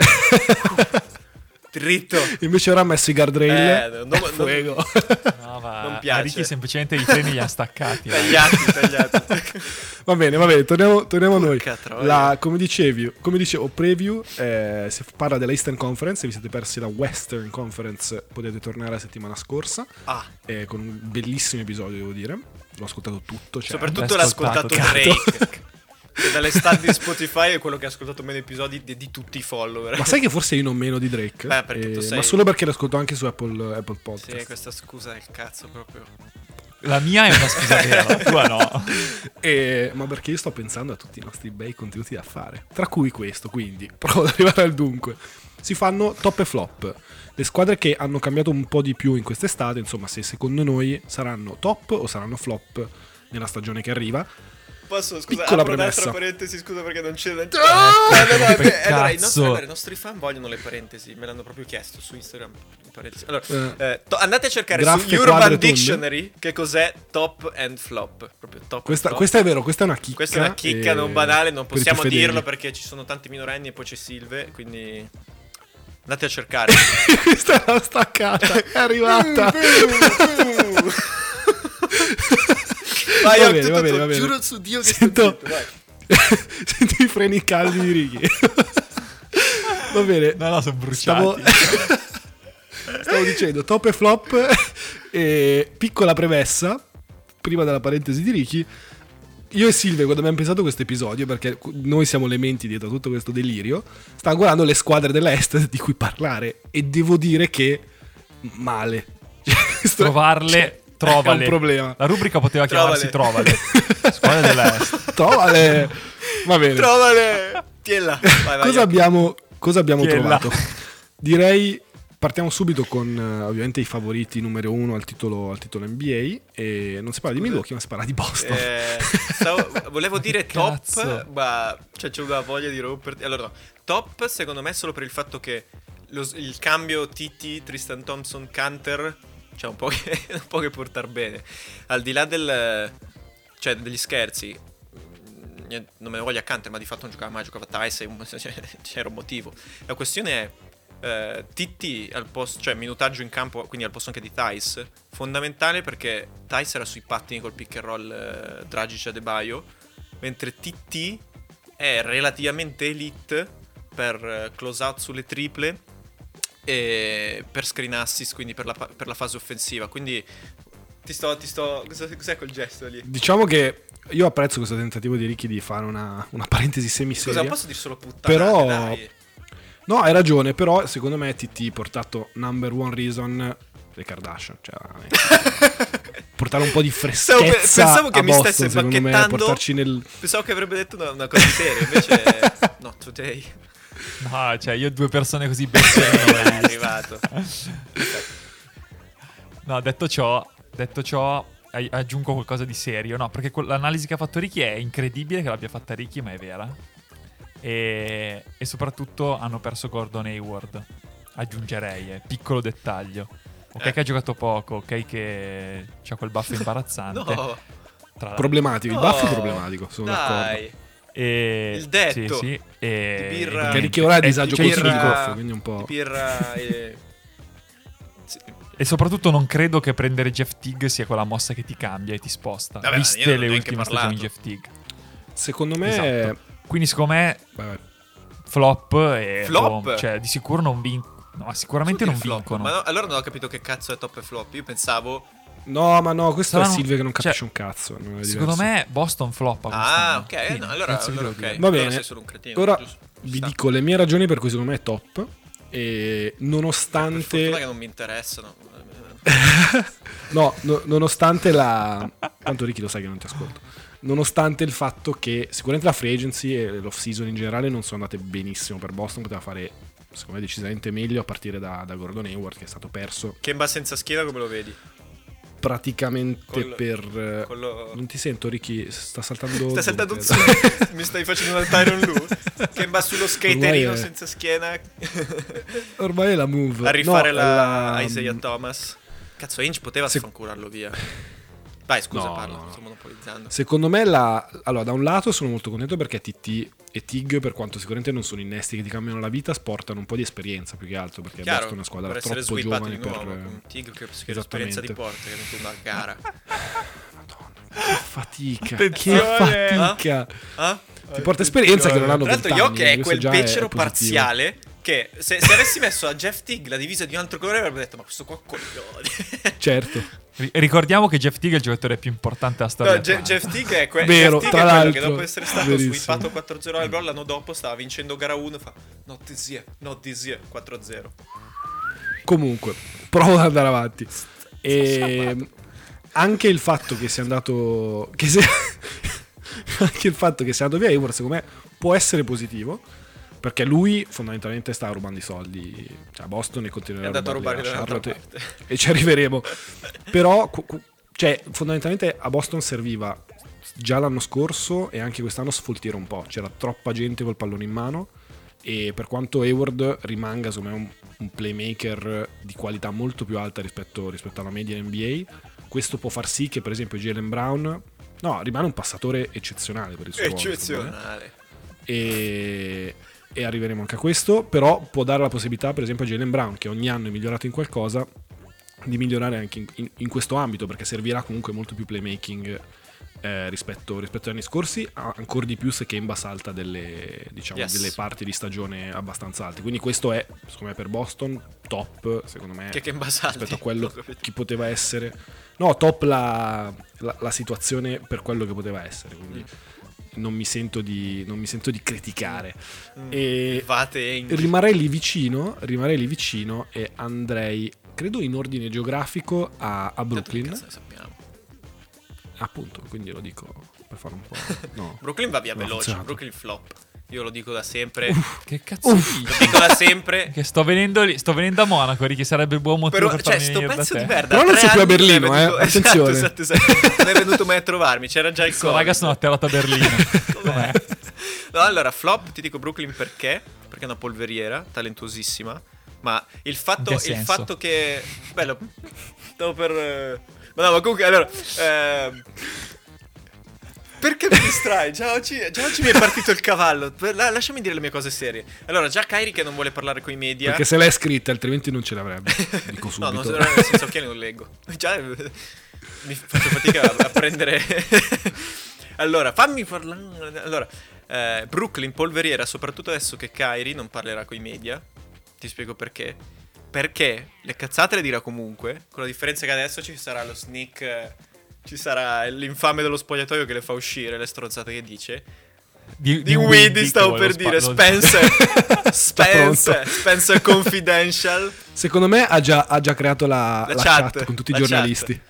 io dritto. Invece ora ha messo i guardrail. Eh, non- non- Fuego. No, va. Non a piace. Ricky semplicemente i freni li ha staccati. vai. Tagliati, tagliati. Va bene, va bene, torniamo, torniamo a noi. Porca troia. La, come dicevi, come dicevo, preview, eh, si parla della Eastern Conference. Se vi siete persi la Western Conference, potete tornare la settimana scorsa, Ah, eh, con un bellissimo episodio, devo dire. L'ho ascoltato tutto. Cioè, soprattutto l'hai l'ha ascoltato ascoltato, Drake. Che dalle stat di Spotify è quello che ha ascoltato meno episodi di, di tutti i follower. ma sai che forse io non meno di Drake? Beh, perché tu Eh, sei- Ma solo perché l'ascolto anche su Apple, Apple Sì, Podcast. questa scusa del cazzo proprio. La mia è una scusa vera, la tua no. E- ma perché io sto pensando a tutti i nostri bei contenuti da fare, tra cui questo, quindi provo ad arrivare al dunque. Si fanno top e flop, le squadre che hanno cambiato un po' di più in quest'estate, insomma, se secondo noi saranno top o saranno flop nella stagione che arriva. Posso, scusa, Piccola apro un'altra premessa. parentesi, scusa perché non c'è... Ah! No, no, no, Che beh, allora, i nostri, cazzo. allora, i nostri fan vogliono le parentesi, me l'hanno proprio chiesto su Instagram. le parentesi. Allora, Eh. eh, to- andate a cercare Graffe, su Urban quadre, tonde? Dictionary che cos'è top and flop. Proprio top Questa, and flop. questa è vero, questa è una chicca. Questa è una chicca e- non banale, non per i più possiamo fedeli. dirlo perché ci sono tanti minorenni e poi c'è Silve, quindi andate a cercare. Questa è la staccata, è arrivata. Vai, Va ho bene, tutto- va bene, va bene. giuro su Dio che Sento- sto zitto, vai. Senti i freni caldi di Ricky. Va bene. No, no, sono bruciati. Stavo... Stavo dicendo top e flop. E piccola premessa prima della parentesi di Ricky. Io e Silvia, quando abbiamo pensato a questo episodio, perché noi siamo le menti dietro a tutto questo delirio, stavamo guardando le squadre dell'Est di cui parlare e devo dire che male. Trovarle, Cioè, trovale. è un problema. La rubrica poteva chiamarsi Trovale. Trovale. Squadra dell'Est. Trovale. Va bene. Trovale. Tiella. Vai, vai. Cosa abbiamo, cosa abbiamo Chi è là? trovato? Direi partiamo subito con eh, ovviamente i favoriti numero uno al titolo, al titolo N B A. E non si parla di Milwaukee, ma si parla di Boston. Eh, stavo- volevo dire top, Cazzo. ma cioè, c'ho una voglia di romperti. Allora, no, top secondo me solo per il fatto che lo- il cambio T T, Tristan Thompson, Canter, cioè un po' che, un po' che portar bene. Al di là del, cioè, degli scherzi, mh, niente, non me ne voglio a Canter, ma di fatto non giocava mai, giocava Tice, cioè, c'era un motivo. La questione è eh, T T al posto, cioè minutaggio in campo, quindi al posto anche di Tice, fondamentale perché Tice era sui pattini col pick and roll eh, Dragic e Adebayo, mentre T T è relativamente elite per eh, close out sulle triple e per screen assist, quindi per la, pa- per la fase offensiva. Quindi ti sto, ti sto cos'è, cos'è quel gesto lì? Diciamo che io apprezzo questo tentativo di Ricky di fare una, una parentesi Scusa, semiseria. non posso dire solo puttana, Però- dai. No, hai ragione, però secondo me T T portato number one reason le Kardashian, cioè veramente. Portare un po' di Pensavo che- freschezza pensavo che a mi Boston, stesse secondo me, bacchettando. portarci nel... Pensavo che avrebbe detto una, una cosa seria, invece no, today No, cioè io due persone così becce non è le ho viste. arrivato. No, detto ciò, detto ciò, ai- aggiungo qualcosa di serio. No, perché que- l'analisi che ha fatto Ricky è incredibile che l'abbia fatta Ricky, ma è vera. E, e soprattutto hanno perso Gordon Hayward. Aggiungerei, eh, piccolo dettaglio. Ok Eh. che ha giocato poco, ok che c'ha quel buff imbarazzante. No, Tra l'altro. Problematico, il No. buff è problematico, sono d'accordo. dai. E, Il detto. Sì, sì. E, Di birra- Perché Ricky ora è a e- disagio cioè, col io filo di dico- goffo, quindi un po'... Di birra e... Sì, E soprattutto non credo che prendere Jeff Teague sia quella mossa che ti cambia e ti sposta. Vabbè, io viste non ho le neanche ultime stagioni di parlato. Jeff Teague. Secondo me... Esatto. Quindi secondo me Vai, vai. flop e Flop? boh, cioè di sicuro non vincono. No, sicuramente Tutti non flop. vincono. Ma no, allora non ho capito che cazzo è top e flop. Io pensavo... No, ma no, questo Saranno- è Silvia che non capisce cioè, un cazzo. Non è Secondo diverso. me Boston floppa Ah, quest'anno. ok. Quindi, no, allora, cazzo vi allora devo ok. dire? Va Allora bene. sei solo un cretino. Ora giusto. Ci vi sta. dico le mie ragioni per cui secondo me è top. E Per nonostante... fortuna che non mi interessano. No, no- nonostante la... Tanto Ricky lo sai che non ti ascolto. Nonostante il fatto che sicuramente la free agency e l'off season in generale non sono andate benissimo per Boston, poteva fare secondo me decisamente meglio a partire da, da Gordon Hayward, che è stato perso Kemba senza schiena come lo vedi? praticamente Col- per... Quello... Non ti sento Ricky, sta saltando... Stai saltando Zoom, un credo. zoom. Mi stai facendo un Tyron Lu? Kemba sullo skaterino Ormai è- senza schiena Ormai è la move. a rifare No, la Isaiah Thomas. Cazzo, Ainge poteva Se- sfancularlo via. Vai, scusa, No, parla, no. sto monopolizzando. Secondo me la... Allora, da un lato sono molto contento perché T T e Tig, per quanto sicuramente non sono innesti che ti cambiano la vita, sportano un po' di esperienza più che altro, perché Chiaro, Boston è una squadra per essere troppo sweepato giovane di nuovo per... con Tig che che l'esperienza di Esattamente. porta, che ha vinto una gara. Che fatica, che Attenzione! fatica. Ah? Ti porta esperienza che non hanno Tra l'altro vent'anni. Jokic è questo quel già becero positivo. parziale che se, se avessi messo a Jeff Teague la divisa di un altro colore avrebbe detto ma questo qua coglione. Certo. Ri- Ricordiamo che Jeff Teague è il giocatore più importante della storia. No, Je- Atlanta. Jeff Teague è, que- Vero, Jeff Teague tra è quello l'altro, che dopo essere stato verissimo. sweepato quattro zero al gol l'anno dopo stava vincendo gara uno e fa not this year, not this year, quattro zero. Comunque, provo ad andare avanti. E anche il fatto che sia andato che sia anche il fatto che sia andato via Hayward secondo me può essere positivo, perché lui fondamentalmente sta rubando i soldi, cioè a Boston e continuerà È andato a rubarli rubare da un'altra Charlotte, parte. e ci arriveremo. Però cu- cu- cioè fondamentalmente a Boston serviva già l'anno scorso e anche quest'anno sfoltire un po', c'era troppa gente col pallone in mano. E per quanto Hayward rimanga secondo me un, un playmaker di qualità molto più alta rispetto, rispetto alla media in N B A, questo può far sì che per esempio Jaylen Brown no, rimane un passatore eccezionale per il suo ruolo, secondo me. Eccezionale. e, e arriveremo anche a questo, però può dare la possibilità per esempio a Jaylen Brown, che ogni anno è migliorato in qualcosa, di migliorare anche in, in- in questo ambito, perché servirà comunque molto più playmaking eh, rispetto, rispetto agli anni scorsi, a- ancora di più se Kemba salta delle, diciamo, Yes. delle parti di stagione abbastanza alte, quindi questo è secondo me per Boston top, secondo me Che Kemba salti. rispetto a quello Ho capito. che poteva essere, no, top la, la, la situazione per quello che poteva essere, quindi non mi sento di, non mi sento di criticare. Mm. E Vate Ainge. rimarrei lì vicino, rimarrei lì vicino e andrei, credo in ordine geografico, a, a Tanto che Brooklyn, cazzo ne sappiamo. appunto, quindi lo dico per fare un po', no. Brooklyn va via Non ha veloce, funzionato. Brooklyn flop. Io lo dico da sempre. Che cazzo dici? Lo dico da sempre. Che sto venendo lì, sto venendo a Monaco, che sarebbe il buon motivo Però, per cioè, farmi sto venire da pezzo te. di merda. Però non tre sei più a anni non è Berlino, venuto- eh, attenzione. Esatto, esatto, esatto. Non è venuto mai a trovarmi. C'era già il Sto Covid. raga sono atterrato a Berlino. Com'è? No, allora, flop, ti dico Brooklyn perché? Perché è una polveriera, talentuosissima. Ma il fatto, In il che senso? fatto che... Bello, stavo per... eh, Ma no, ma comunque, allora... ehm, perché mi distrai? Già oggi, già oggi mi è partito il cavallo. Per- la- lasciami dire le mie cose serie. Allora, già Kyrie che non vuole parlare con i media. Perché se l'hai scritta altrimenti non ce l'avrebbe, dico No, subito. non so, nel senso occhiali non leggo. Già eh, mi faccio fatica a, a prendere. Allora, fammi parlare. Allora, eh, Brooklyn polveriera, soprattutto adesso che Kyrie non parlerà con i media. Ti spiego perché. Perché le cazzate le dirà comunque, con la differenza che adesso ci sarà lo sneak, eh, ci sarà l'infame dello spogliatoio che le fa uscire, le strozzate che dice. Di, Di Windy che stavo volevo per dire, spa- lo- Spencer, pronto. Spencer, Spencer Confidential. Secondo me ha già, ha già creato la, La la chat, chat, con tutti i la giornalisti.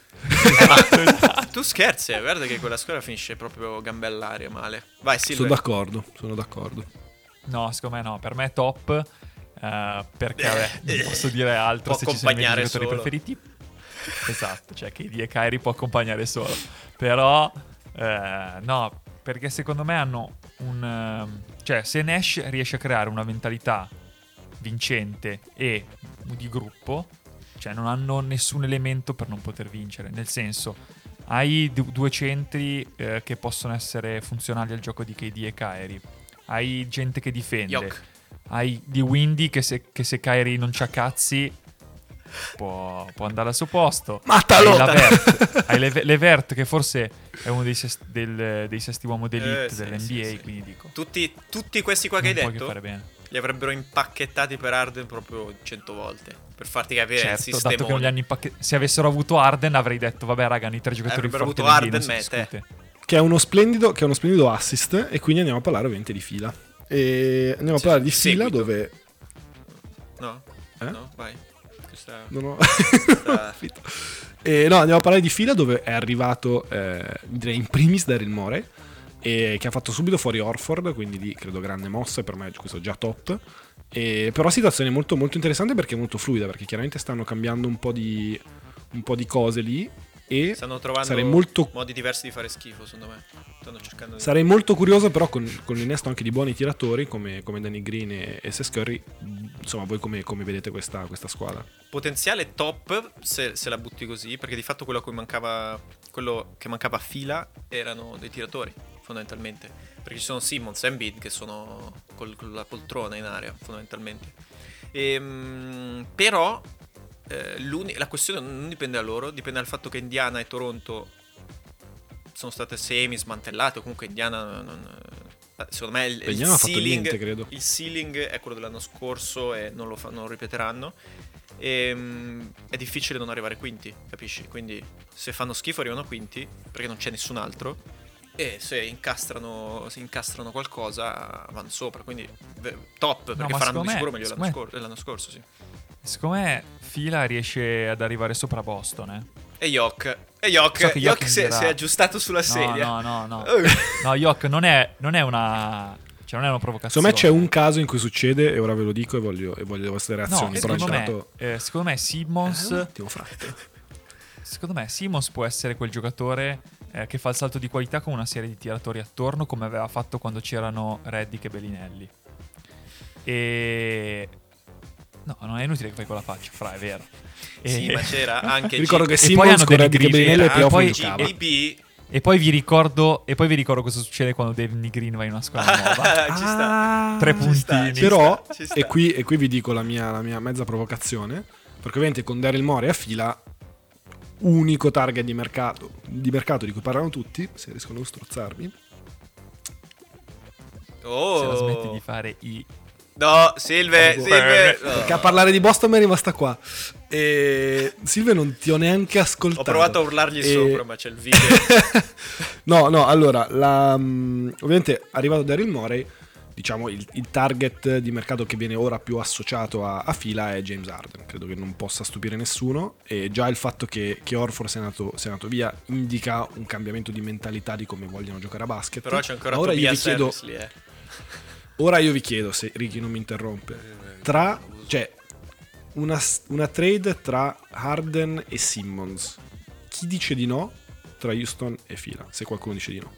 Tu scherzi, eh, guarda che quella squadra finisce proprio gambe all'aria male. Vai, Sono Silver. d'accordo, sono d'accordo. No, secondo me no, per me è top. eh, perché vabbè, non posso dire altro Può se ci sono i miei accompagnare giocatori solo. preferiti. Esatto, cioè K D e Kyrie può accompagnare solo. Però eh, no, perché secondo me hanno un ehm, cioè se Nash riesce a creare una mentalità vincente e di gruppo, cioè non hanno nessun elemento per non poter vincere, nel senso hai du- due centri eh, che possono essere funzionali al gioco di K D e Kyrie, hai gente che difende, Yok. hai di Windy che se, che se Kyrie non c'ha cazzi può, può andare al suo posto. Matalo! Hai Lavert, hai Leve- Levert che forse è uno dei, ses- del- dei sesti uomo d'elite Eh, sì, dell'N B A, sì, sì. quindi dico, Tutti, tutti questi qua che hai non puoi che detto fare bene. li avrebbero impacchettati per Harden proprio cento volte, per farti capire il Certo, sistema. dato che non gli hanno impacche- se avessero avuto Arden avrei detto vabbè raga, i tre giocatori Avrebbero forti avuto dell'N B A non Harden, si me, te. discute. Che è uno splendido, che è uno splendido assist, e quindi andiamo a parlare ovviamente di fila. E andiamo Sì, a parlare di sì, fila seguito. dove... No? Eh? No, vai. Questa... Non ho... questa- E no, andiamo a parlare di fila dove è arrivato, eh, direi in primis Daryl Morey, e che ha fatto subito fuori Horford, quindi lì credo grande mossa, e per me questo è già top. E, però situazione molto molto interessante perché è molto fluida, perché chiaramente stanno cambiando un po' di, un po' di cose lì, e Stanno trovando sarei molto, modi diversi di fare schifo, secondo me. Stanno cercando di... sarei molto curioso però con, con l'innesto anche di buoni tiratori come, come Danny Green e, e Seth Curry. Insomma, voi come, come vedete questa, questa squadra? Potenziale top se, se la butti così, perché di fatto quello a cui mancava, quello che mancava a fila erano dei tiratori, fondamentalmente. Perché ci sono Simmons e Embiid che sono col- con la poltrona in aria, fondamentalmente. Ehm, però eh, l'uni- la questione non dipende da loro, dipende dal fatto che Indiana e Toronto sono state semi smantellate, o comunque Indiana non, eh, secondo me il, il Indiana ha fatto ceiling, niente, credo. il ceiling è quello dell'anno scorso e non lo, fa- non lo ripeteranno. Ehm, è difficile non arrivare quinti, capisci? Quindi se fanno schifo arrivano quinti perché non c'è nessun altro, e se incastrano, se incastrano qualcosa vanno sopra, quindi v- top, perché ma faranno secondo di me- sicuro meglio l'anno, secondo me- scor- l'anno scorso, sì. Secondo me Fila riesce ad arrivare sopra Boston, eh. E Yok, e Yok, So che Yok Yok si, è- dirà- si è aggiustato sulla No, sedia. no, no, no. Oh. No, Yok non è, non è una... Cioè non è una provocazione. Secondo me c'è un caso in cui succede, e ora ve lo dico e voglio, e voglio le vostre No, reazioni. però secondo me, intanto... eh, secondo me Simmons... Eh, un attimo, frate. Secondo me Simmons può essere quel giocatore eh, che fa il salto di qualità con una serie di tiratori attorno, come aveva fatto quando c'erano Reddick e Bellinelli. E... No, non è inutile che fai quella faccia, fra, è vero. E... Sì, ma c'era anche Mi ricordo che E poi Simmons hanno con Danny Reddick e Green, Bellinelli ai e playoff poi non giocava. G B E poi vi ricordo E poi vi ricordo cosa succede quando Danny Green va in una squadra nuova. ci sta. Tre Ci sta, puntini. ci Però, sta, ci sta. e qui, e qui vi dico la mia, la mia mezza provocazione, perché ovviamente con Daryl Morey a fila, unico target di mercato, di mercato di cui parlano tutti, se riescono a strozzarmi. Oh. Se la smetti di fare i... No, Silve, Proprio- Silve. no. Perché a parlare di Boston mi è rimasta qua. E Silve non ti ho neanche Ho ascoltato. provato a urlargli E- sopra, ma c'è il video. No, no, allora, la, mm, ovviamente arrivato Daryl Morey, diciamo il, il target di mercato che viene ora più associato a, a fila è James Harden. Credo che non possa stupire nessuno, e già il fatto che, che Horford sia andato, sia andato via indica un cambiamento di mentalità di come vogliono giocare a basket. Però c'è ancora Ma ora io Tobias vi chiedo, Harris lì, eh. ora io vi chiedo, se Ricky non mi interrompe, tra, cioè, una, una trade tra Harden e Simmons, chi dice di no tra Houston e fila? Se qualcuno dice di no.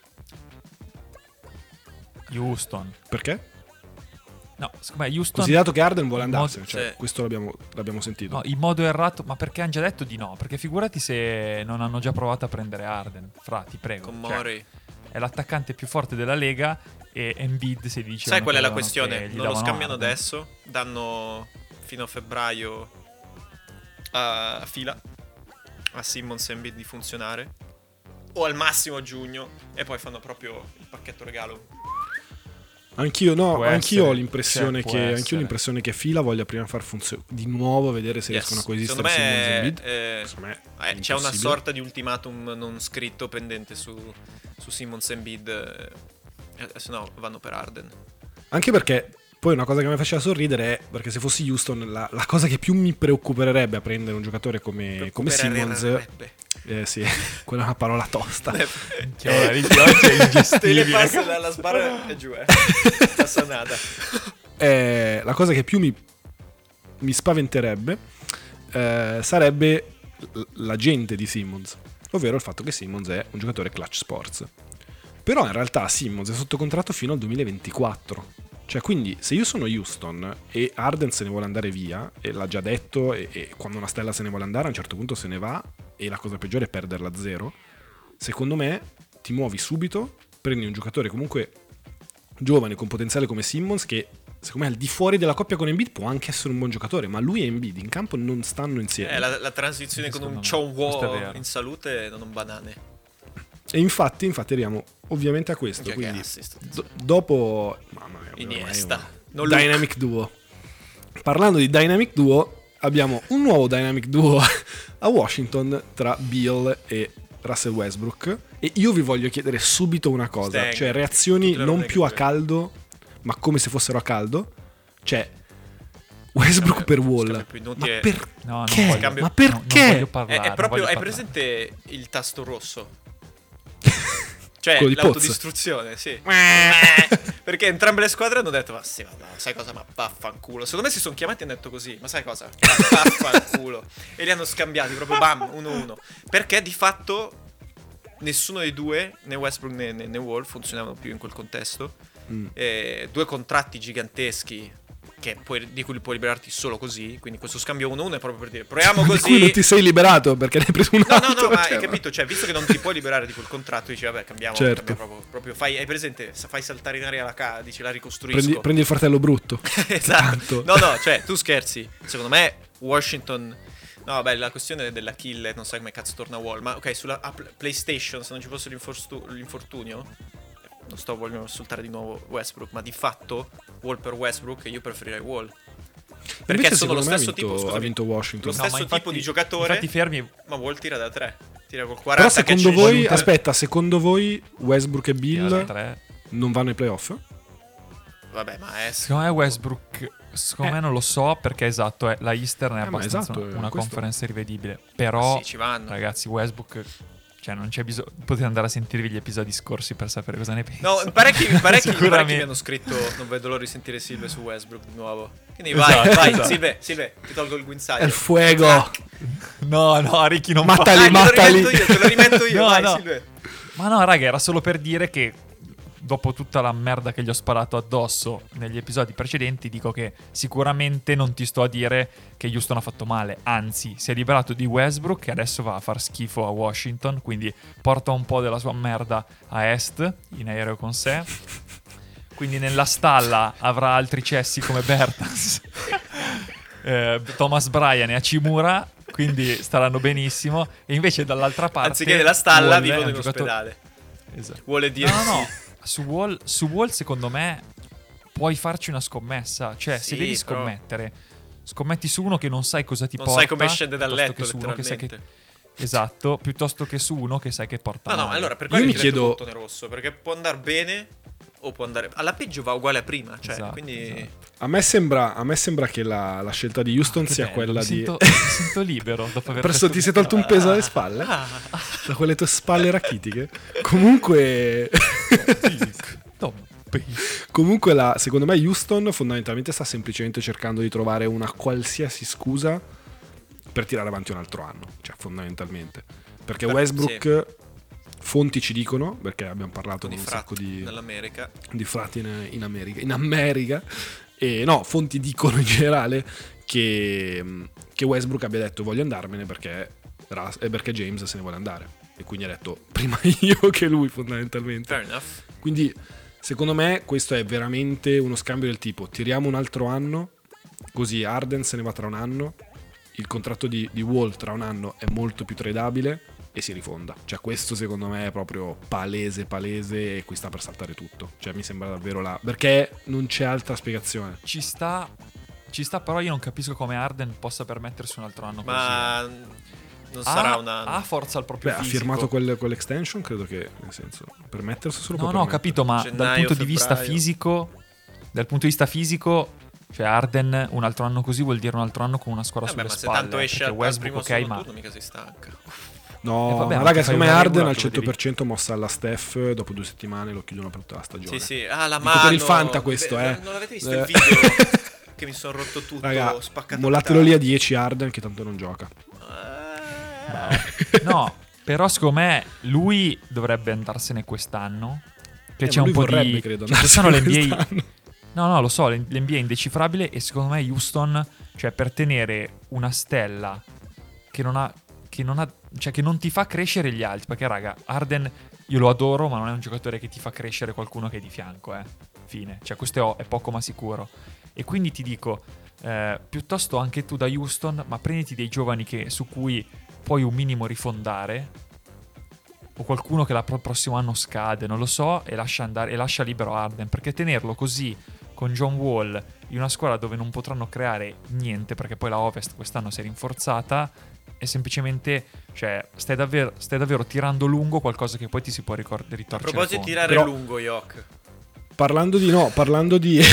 Houston. Perché? No, secondo me Houston... Considerato che Harden vuole in andarsene, modo- cioè, sì. questo l'abbiamo, l'abbiamo sentito. No, in modo errato, ma perché hanno già detto di no? Perché figurati se non hanno già provato a prendere Harden. Fra, ti prego. Con Cioè, Mori. è l'attaccante più forte della Lega e Embiid si dice... Sai qual è la questione? Non lo scambiano Harden. adesso, danno fino a febbraio a, a fila a Simmons e Embiid di funzionare, o al massimo a giugno, e poi fanno proprio il pacchetto regalo. Anch'io, no, Può anch'io ho essere, l'impressione cioè, che può anch'io ho essere. l'impressione che fila voglia prima far funzionare di nuovo, vedere se Yes. riescono a coesistere Secondo me, Simmons e Embiid. eh, Secondo me eh, è c'è una impossibile. sorta di ultimatum non scritto pendente su, su Simmons e Embiid, eh, eh, se no vanno per Harden. Anche perché poi una cosa che mi faceva sorridere è perché se fossi Houston la, la cosa che più mi preoccuperebbe a prendere un giocatore come, come Simmons, Preoccuperebbe. eh, sì, quella è una parola tosta. Cioè, Ricky, oggi è Te le ingestibile. passa dalla sbarra e giù, eh. Passa nada. Eh, la cosa che più mi, mi spaventerebbe eh, sarebbe l- l'agente di Simmons, ovvero il fatto che Simmons è un giocatore clutch sports. Però in realtà Simmons è sotto contratto fino al duemilaventiquattro. Cioè, quindi se io sono Houston e Harden se ne vuole andare via, e l'ha già detto, e, e quando una stella se ne vuole andare a un certo punto se ne va, e la cosa peggiore è perderla a zero, secondo me ti muovi subito, prendi un giocatore comunque giovane con potenziale come Simmons, che secondo me al di fuori della coppia con Embiid può anche essere un buon giocatore, ma lui e Embiid in campo non stanno insieme. Eh, la, la transizione con un John Wall in salute non un banane. E infatti, infatti arriviamo ovviamente a questo. Che quindi assist. do- dopo mamma mia, Iniesta. ormai è Non un Luke. Dynamic Duo. Parlando di Dynamic Duo, abbiamo un nuovo Dynamic Duo a Washington tra Beal e Russell Westbrook. E io vi voglio chiedere subito una cosa, Stang. cioè reazioni Tutte le non robe più che a tu- caldo, ma come se fossero a caldo. Cioè Westbrook Scambio- per Wall. scambio più Ma inutile. perché? No, non voglio- Ma no, non perché? voglio È, parlare, è non proprio, voglio hai parlare. presente il tasto rosso? Cioè Quello di Pozzo. l'autodistruzione, sì. Perché entrambe le squadre hanno detto: ma sì, ma no, sai cosa? Ma vaffanculo. Secondo me si sono chiamati e hanno detto così: ma sai cosa? Ma vaffanculo. E li hanno scambiati proprio bam, uno uno. Perché di fatto nessuno dei due, né Westbrook né, né, né Wall, funzionavano più in quel contesto. Mm. Eh, due contratti giganteschi che puoi- di cui puoi liberarti solo così. Quindi questo scambio uno uno è proprio per dire: proviamo Di cui non così. ti sei liberato perché ne hai preso un No, no, altro. no, ma cioè, hai capito? Cioè, visto che non ti puoi liberare di quel contratto, dici, vabbè, cambiamo. Certo. cambiamo proprio, proprio fai, hai presente? sa- Fai saltare in aria la casa, dici, la ricostruisco. Prendi, prendi il fratello brutto. Esatto. Tanto. No, no, cioè, tu scherzi. Secondo me, Washington. No, vabbè, la questione della kill, non sai come cazzo torna Wall. Ma ok, sulla a Pl- PlayStation, se non ci fosse l'inforstu- l'infortunio, non sto voglio insultare di nuovo Westbrook, ma di fatto, Wall per Westbrook, io preferirei Wall. Perché Invece, sono lo secondo me, stesso ha vinto- tipo, scusami, ha vinto Washington. lo No, ma stesso infatti- tipo di giocatore, Infatti fermi, ma Wall tira da tre. Tira col Però quaranta catch secondo and voi, shoot. aspetta, secondo voi Westbrook e tira Bill da tre. non vanno ai playoff? Vabbè, ma è Secondo me Westbrook, secondo Eh. me non lo so perché esatto, è, la Eastern è Eh, ma abbastanza esatto, è una questo. conference rivedibile. Però, sì, ci vanno. ragazzi, Westbrook, cioè non c'è bisogno, potete andare a sentirvi gli episodi scorsi per sapere cosa ne penso. No, parecchi, parecchi, parecchi Sicuramente. mi hanno scritto non vedo l'ora di sentire Silve su Westbrook di nuovo. Quindi Esatto, vai, vai, esatto. Silve, Silve, ti tolgo il guinzaglio. El fuego. Zac. No, no, Ricky non Matta fa. lì, Ah, te lo mattali. rimetto io, te lo rimetto io, No, vai no. Silve. Ma no, raga, era solo per dire che dopo tutta la merda che gli ho sparato addosso negli episodi precedenti, dico che sicuramente non ti sto a dire che Houston ha fatto male, anzi, si è liberato di Westbrook che adesso va a far schifo a Washington, quindi porta un po' della sua merda a est in aereo con sé. Quindi nella stalla avrà altri cessi come Bertans, eh, Thomas Bryan e Hachimura, quindi staranno benissimo. E invece dall'altra parte, Anziché nella stalla Wall è vivono un in giocatore- ospedale. Esatto. Vuole dire No, no, no. sì. Su Wall, su Wall, secondo me, puoi farci una scommessa. Cioè, se Sì, devi però- scommettere, scommetti su uno che non sai cosa ti Non porta. sai come scende dal piuttosto letto, che su uno che sai che- letteralmente. Esatto, piuttosto che su uno che sai che porta No, no, male. allora per Io quello mi mi chiedo chiedo- bottone rosso, perché può andare bene o può andare alla peggio va uguale a prima, cioè, Esatto, quindi esatto. A me sembra, a me sembra che la, la scelta di Houston Che sia bello, quella mi di... Sento, mi sento libero dopo aver Presto detto ti sei tolto un peso dalle spalle? Ah, Da quelle tue spalle rachitiche? Comunque... Top pick. Comunque, la, secondo me, Houston fondamentalmente sta semplicemente cercando di trovare una qualsiasi scusa per tirare avanti un altro anno. Cioè, fondamentalmente. Perché Beh, Westbrook, fonti ci dicono, perché abbiamo parlato con con i un sacco frati di, nell'America. di frati in, in America. In America. E no, fonti dicono in generale che, che Westbrook abbia detto voglio andarmene perché, Ras- eh, perché James se ne vuole andare. E quindi ha detto prima io che lui, fondamentalmente. Fair enough. Quindi, secondo me, questo è veramente uno scambio del tipo: tiriamo un altro anno, così Harden se ne va tra un anno, il contratto di, di Wall tra un anno è molto più tradabile e si rifonda. Cioè, questo secondo me è proprio palese, palese, e qui sta per saltare tutto. Cioè, mi sembra davvero là, perché non c'è altra spiegazione. Ci sta, ci sta, però io non capisco come Arden possa permettersi un altro anno Ma così. non Ha- sarà una ha forza al proprio Beh, ha fisico. firmato quel, quell'extension, credo che, nel senso, permettersi solo No, può no, ho permettere. capito, ma dal Gennaio, punto di vista febbraio. fisico, dal punto di vista fisico, cioè Arden un altro anno così vuol dire un altro anno con una squadra Vabbè, sulle ma se spalle. tanto esce perché al, al Westbrook, primo ok, secondo ma turno mica si stanca. No, Eh, vabbè, ma ma raga, ti fai secondo me una Harden regola, al lo cento devi- per cento mossa alla Steph, dopo due settimane lo chiudono per tutta la stagione. Sì, sì. Ah, la Dico mano. per il Fanta questo, Beh, eh. Non avete visto Eh. il video? Che mi sono rotto tutto, Raga, spaccato mollatelo a lì a metà. dieci Harden che tanto non gioca. Eh. no, però secondo me lui dovrebbe andarsene quest'anno. Che Eh, c'è ma un lui po' vorrebbe, di credo, cioè, quest'anno andarsene l'N B A quest'anno. No, no, lo so, l'N B A è indecifrabile e secondo me Houston, cioè per tenere una stella che non ha che non ha cioè che non ti fa crescere gli altri, perché raga, Harden io lo adoro, ma non è un giocatore che ti fa crescere qualcuno che è di fianco, eh. fine. Cioè questo è, è poco ma sicuro. E quindi ti dico, eh, piuttosto anche tu da Houston, ma prenditi dei giovani che, su cui puoi un minimo rifondare, o qualcuno che il prossimo anno scade, non lo so, e lascia andare, e lascia libero Harden, perché tenerlo così con John Wall in una squadra dove non potranno creare niente, perché poi la Ovest quest'anno si è rinforzata, è semplicemente, cioè, stai davvero, stai davvero tirando lungo qualcosa che poi ti si può ricord- A ritorcere proposito di contro. tirare Però- lungo, Yok. Parlando di no, parlando di...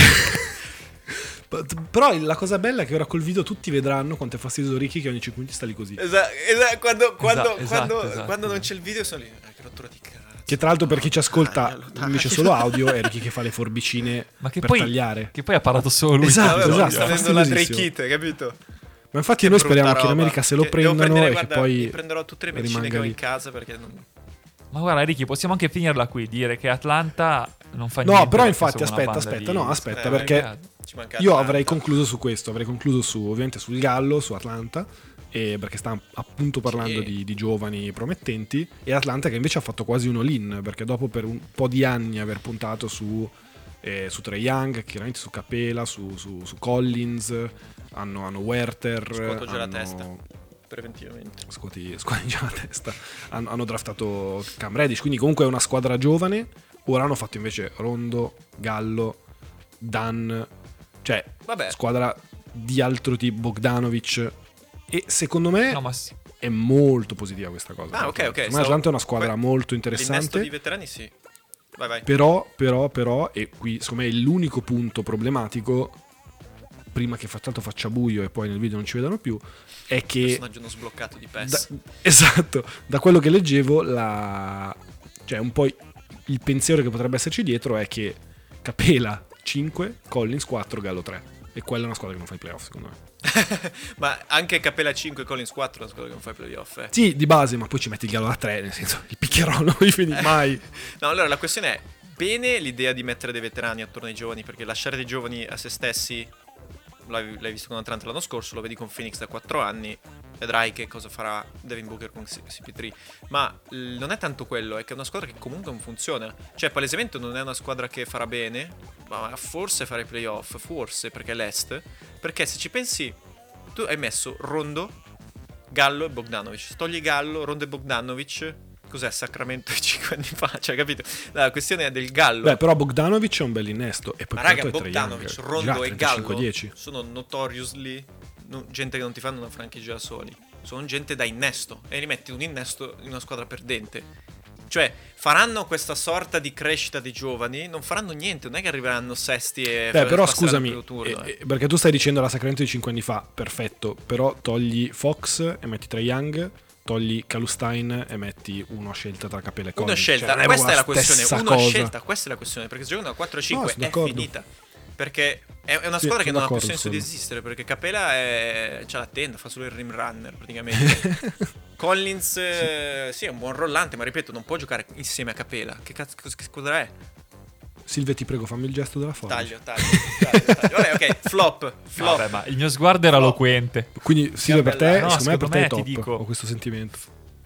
Però la cosa bella è che ora col video tutti vedranno quanto è fastidioso Ricky che ogni cinque minuti sta lì così. Esatto, esatto, quando, quando, esatto, quando, esatto. quando non c'è il video sono lì. Eh, che rottura di cazzo. Che tra l'altro per chi ci ascolta Taglialo, taglialo. invece solo audio è Ricky che fa le forbicine Ma che per poi, tagliare. che poi ha parlato solo lui. Esatto, Vabbè, esatto. mi sta venendo la Dre fastidiosissimo. Kit, capito? Ma infatti Che noi speriamo brutta che in roba. America se lo Che devo prendano prendere, e guarda, che poi mi prenderò tutte le medicine rimanga che ho lì. in casa perché non... Ma guarda Ricky, possiamo anche finirla qui, dire che Atlanta non fa niente. No, però perché infatti sono una aspetta, banda aspetta, di- no, aspetta, Eh, perché ci manca io Atlanta. avrei concluso su questo, avrei concluso su ovviamente sul Gallo, su Atlanta, e perché sta appunto parlando Sì. di, di giovani promettenti, e Atlanta che invece ha fatto quasi un all-in, perché dopo per un po' di anni aver puntato su, eh, su Trae Young, chiaramente su Capela, su, su, su Collins, hanno, hanno Werther, Scuoto già la hanno- testa. Preventivamente. Scuoti, scuoti già la testa. Hanno, hanno draftato Cam Reddish, quindi comunque è una squadra giovane. Ora hanno fatto invece Rondo, Gallo, Dan, cioè Vabbè. squadra di altro tipo, Bogdanovic. E secondo me No, ma sì. è molto positiva questa cosa. Ah, ok, ok. Secondo me stavo- Atlanta è una squadra que- molto L'innesto interessante. di veterani sì. Vai, vai. Però, però, però, e qui secondo me è l'unico punto problematico, prima che fa tanto faccia buio e poi nel video non ci vedano più, è che Personaggio non sbloccato di da, PES. esatto, da quello che leggevo, la, cioè un po' il pensiero che potrebbe esserci dietro è che Capela cinque, Collins quattro, Gallo tre. E quella è una squadra che non fa i playoff, secondo me. Ma anche Capella cinque, Collins quattro è una squadra che non fa i playoff. Eh. Sì, di base, ma poi ci metti il Gallo da tre, nel senso, il picchierò non vi finì mai. No, allora la questione è: bene l'idea di mettere dei veterani attorno ai giovani, perché lasciare dei giovani a se stessi, l'hai, l'hai visto con Atlanta l'anno scorso, lo vedi con Phoenix da quattro anni, vedrai che cosa farà Devin Booker con C P tre. Ma l- non è tanto quello, è che è una squadra che comunque non funziona. Cioè, palesemente non è una squadra che farà bene, ma forse farà i playoff, forse, perché è l'Est. Perché se ci pensi, tu hai messo Rondo, Gallo e Bogdanovic. Togli Gallo, Rondo e Bogdanovic. Cos'è Sacramento di cinque anni fa? Cioè, capito? La questione è del Gallo. Beh, però Bogdanovic è un bel innesto. E poi Ma raga, tanto è Trae Bogdanovic, Young. Rondo Già, e trentacinque Gallo dieci. sono notoriously no- gente che non ti fanno una franchigia da soli. Sono gente da innesto. E rimetti un innesto in una squadra perdente. Cioè, faranno questa sorta di crescita dei giovani, non faranno niente, non è che arriveranno sesti e Beh, però passeranno scusami, il primo turno, eh, eh. eh, perché tu stai dicendo la Sacramento di cinque anni fa, perfetto, però togli Fox e metti Trae Young, togli Calustein e metti uno a scelta tra Capela e Uno Collins. scelta, Cioè, non questa è la proprio questione, stessa uno a cosa. scelta, questa è la questione, perché se giocano a quattro a cinque No, sono è d'accordo. finita. Perché è è una Sì, squadra che sono non ha più d'accordo senso su di quello. esistere, perché Capela è... c'ha la tenda, fa solo il rim runner praticamente. Collins eh, sì, è un buon rollante, ma ripeto, non può giocare insieme a Capela. Che cazzo che squadra è? Silvia, ti prego, fammi il gesto della forza. Taglio, taglio, taglio, taglio. Vabbè, ok, flop, flop. Vabbè, ma il mio sguardo era No. eloquente. Quindi Silvia, per te, No, secondo me, per secondo te me è ti top. dico- Ho questo sentimento.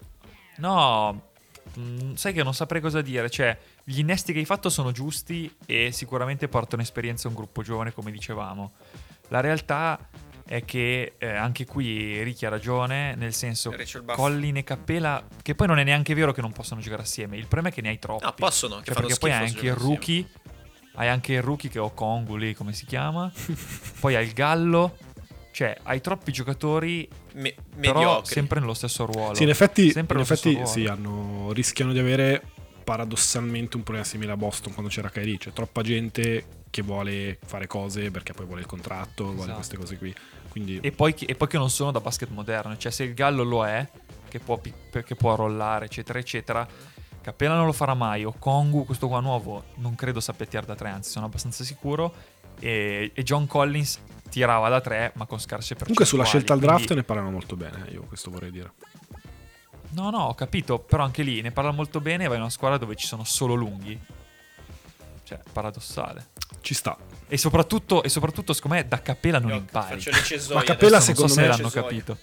No, mh, sai che non saprei cosa dire. Cioè, gli innesti che hai fatto sono giusti e sicuramente portano esperienza a un gruppo giovane, come dicevamo. La realtà è che eh, anche qui Ricky ha ragione, nel senso, Rachel Buff. Collin e Capela, che poi non è neanche vero che non possono giocare assieme. Il problema è che ne hai troppi. No, possono, che Cioè, fanno perché poi hai schifo anche il se giocano rookie, hai anche il rookie che ho Kongu lì, come si chiama. Poi hai il Gallo. Cioè, hai troppi giocatori, Me- però mediocri. sempre nello stesso ruolo. Sì, in effetti, Sempre in lo stesso effetti ruolo. sì, hanno, rischiano di avere paradossalmente un problema simile a Boston quando c'era Kyrie. C'è troppa gente che vuole fare cose perché poi vuole il contratto, vuole Esatto. queste cose qui. Quindi E poi, che- e poi che non sono da basket moderno. Cioè, se il Gallo lo è, che può, pi- che può rollare, eccetera, eccetera, Capela non lo farà mai. O Kongu, questo qua nuovo, non credo sappia tirare da tre, anzi sono abbastanza sicuro. E, e John Collins tirava da tre, ma con scarse percentuali. comunque sulla scelta al draft quindi- ne parlano molto bene, io questo vorrei dire. No, no, ho capito, però anche lì ne parla molto bene e vai in una squadra dove ci sono solo lunghi. Cioè, paradossale. Ci sta. E soprattutto, e soprattutto secondo me, da Capela non Io impari. Faccio le cesoie Ma Capella, adesso. Non so secondo se me- l'hanno cesoie. capito.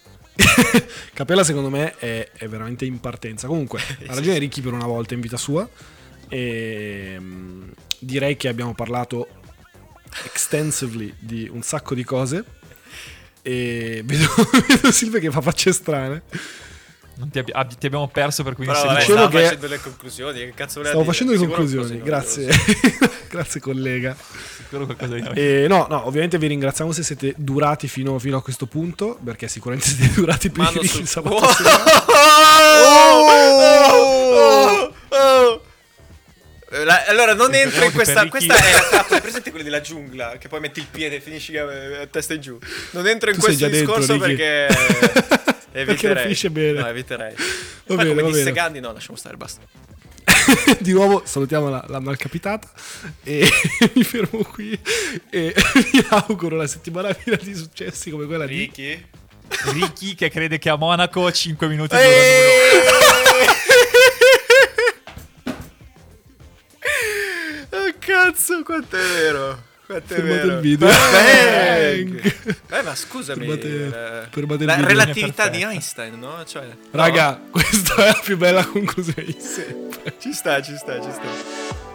Capella secondo me è, è veramente in partenza. Comunque, ha ragione Ricky per una volta in vita sua. E mm, direi che abbiamo parlato extensively di un sacco di cose. E vedo, vedo Silvia che fa facce strane. Non ti, abbi- ab- ti abbiamo perso per quindici Però vabbè, secondi. Dicevo stavo che- facendo le conclusioni. Che cazzo voleva Stavo dire? facendo le Sicuro conclusioni, così, grazie. noioso. Grazie collega. Sicuro qualcosa di E no, no, ovviamente vi ringraziamo se siete durati fino, fino a questo punto, perché sicuramente siete durati più Mano di sul- il sabato Oh! sera. Oh! Oh! La- allora non entro in Ricordiamo che questa. per Ricky- Questa è la trappola. Hai presente quelli della giungla? Che poi metti il piede e finisci a, a testa in giù. Non entro in Tu sei questo già dentro, discorso Ricky. perché. Eviterei. Perché non finisce bene. No, eviterei. Va Poi bene, come va disse bene. Gandhi, no, lasciamo stare, basta. Di nuovo salutiamo la, la malcapitata e mi fermo qui e vi auguro una settimana piena di successi come quella di Ricky? Ricky che crede che a Monaco cinque minuti Ehi! durano. Oh cazzo, quanto è vero. Quanto è Fermate vero. il video. Bang! Eh, ma scusami. Fermate- eh, fermate il la video. relatività di Perfetto. Einstein, no? Cioè, no? Raga, questa è la più bella conclusione di sempre. Ci sta, ci sta, ci sta.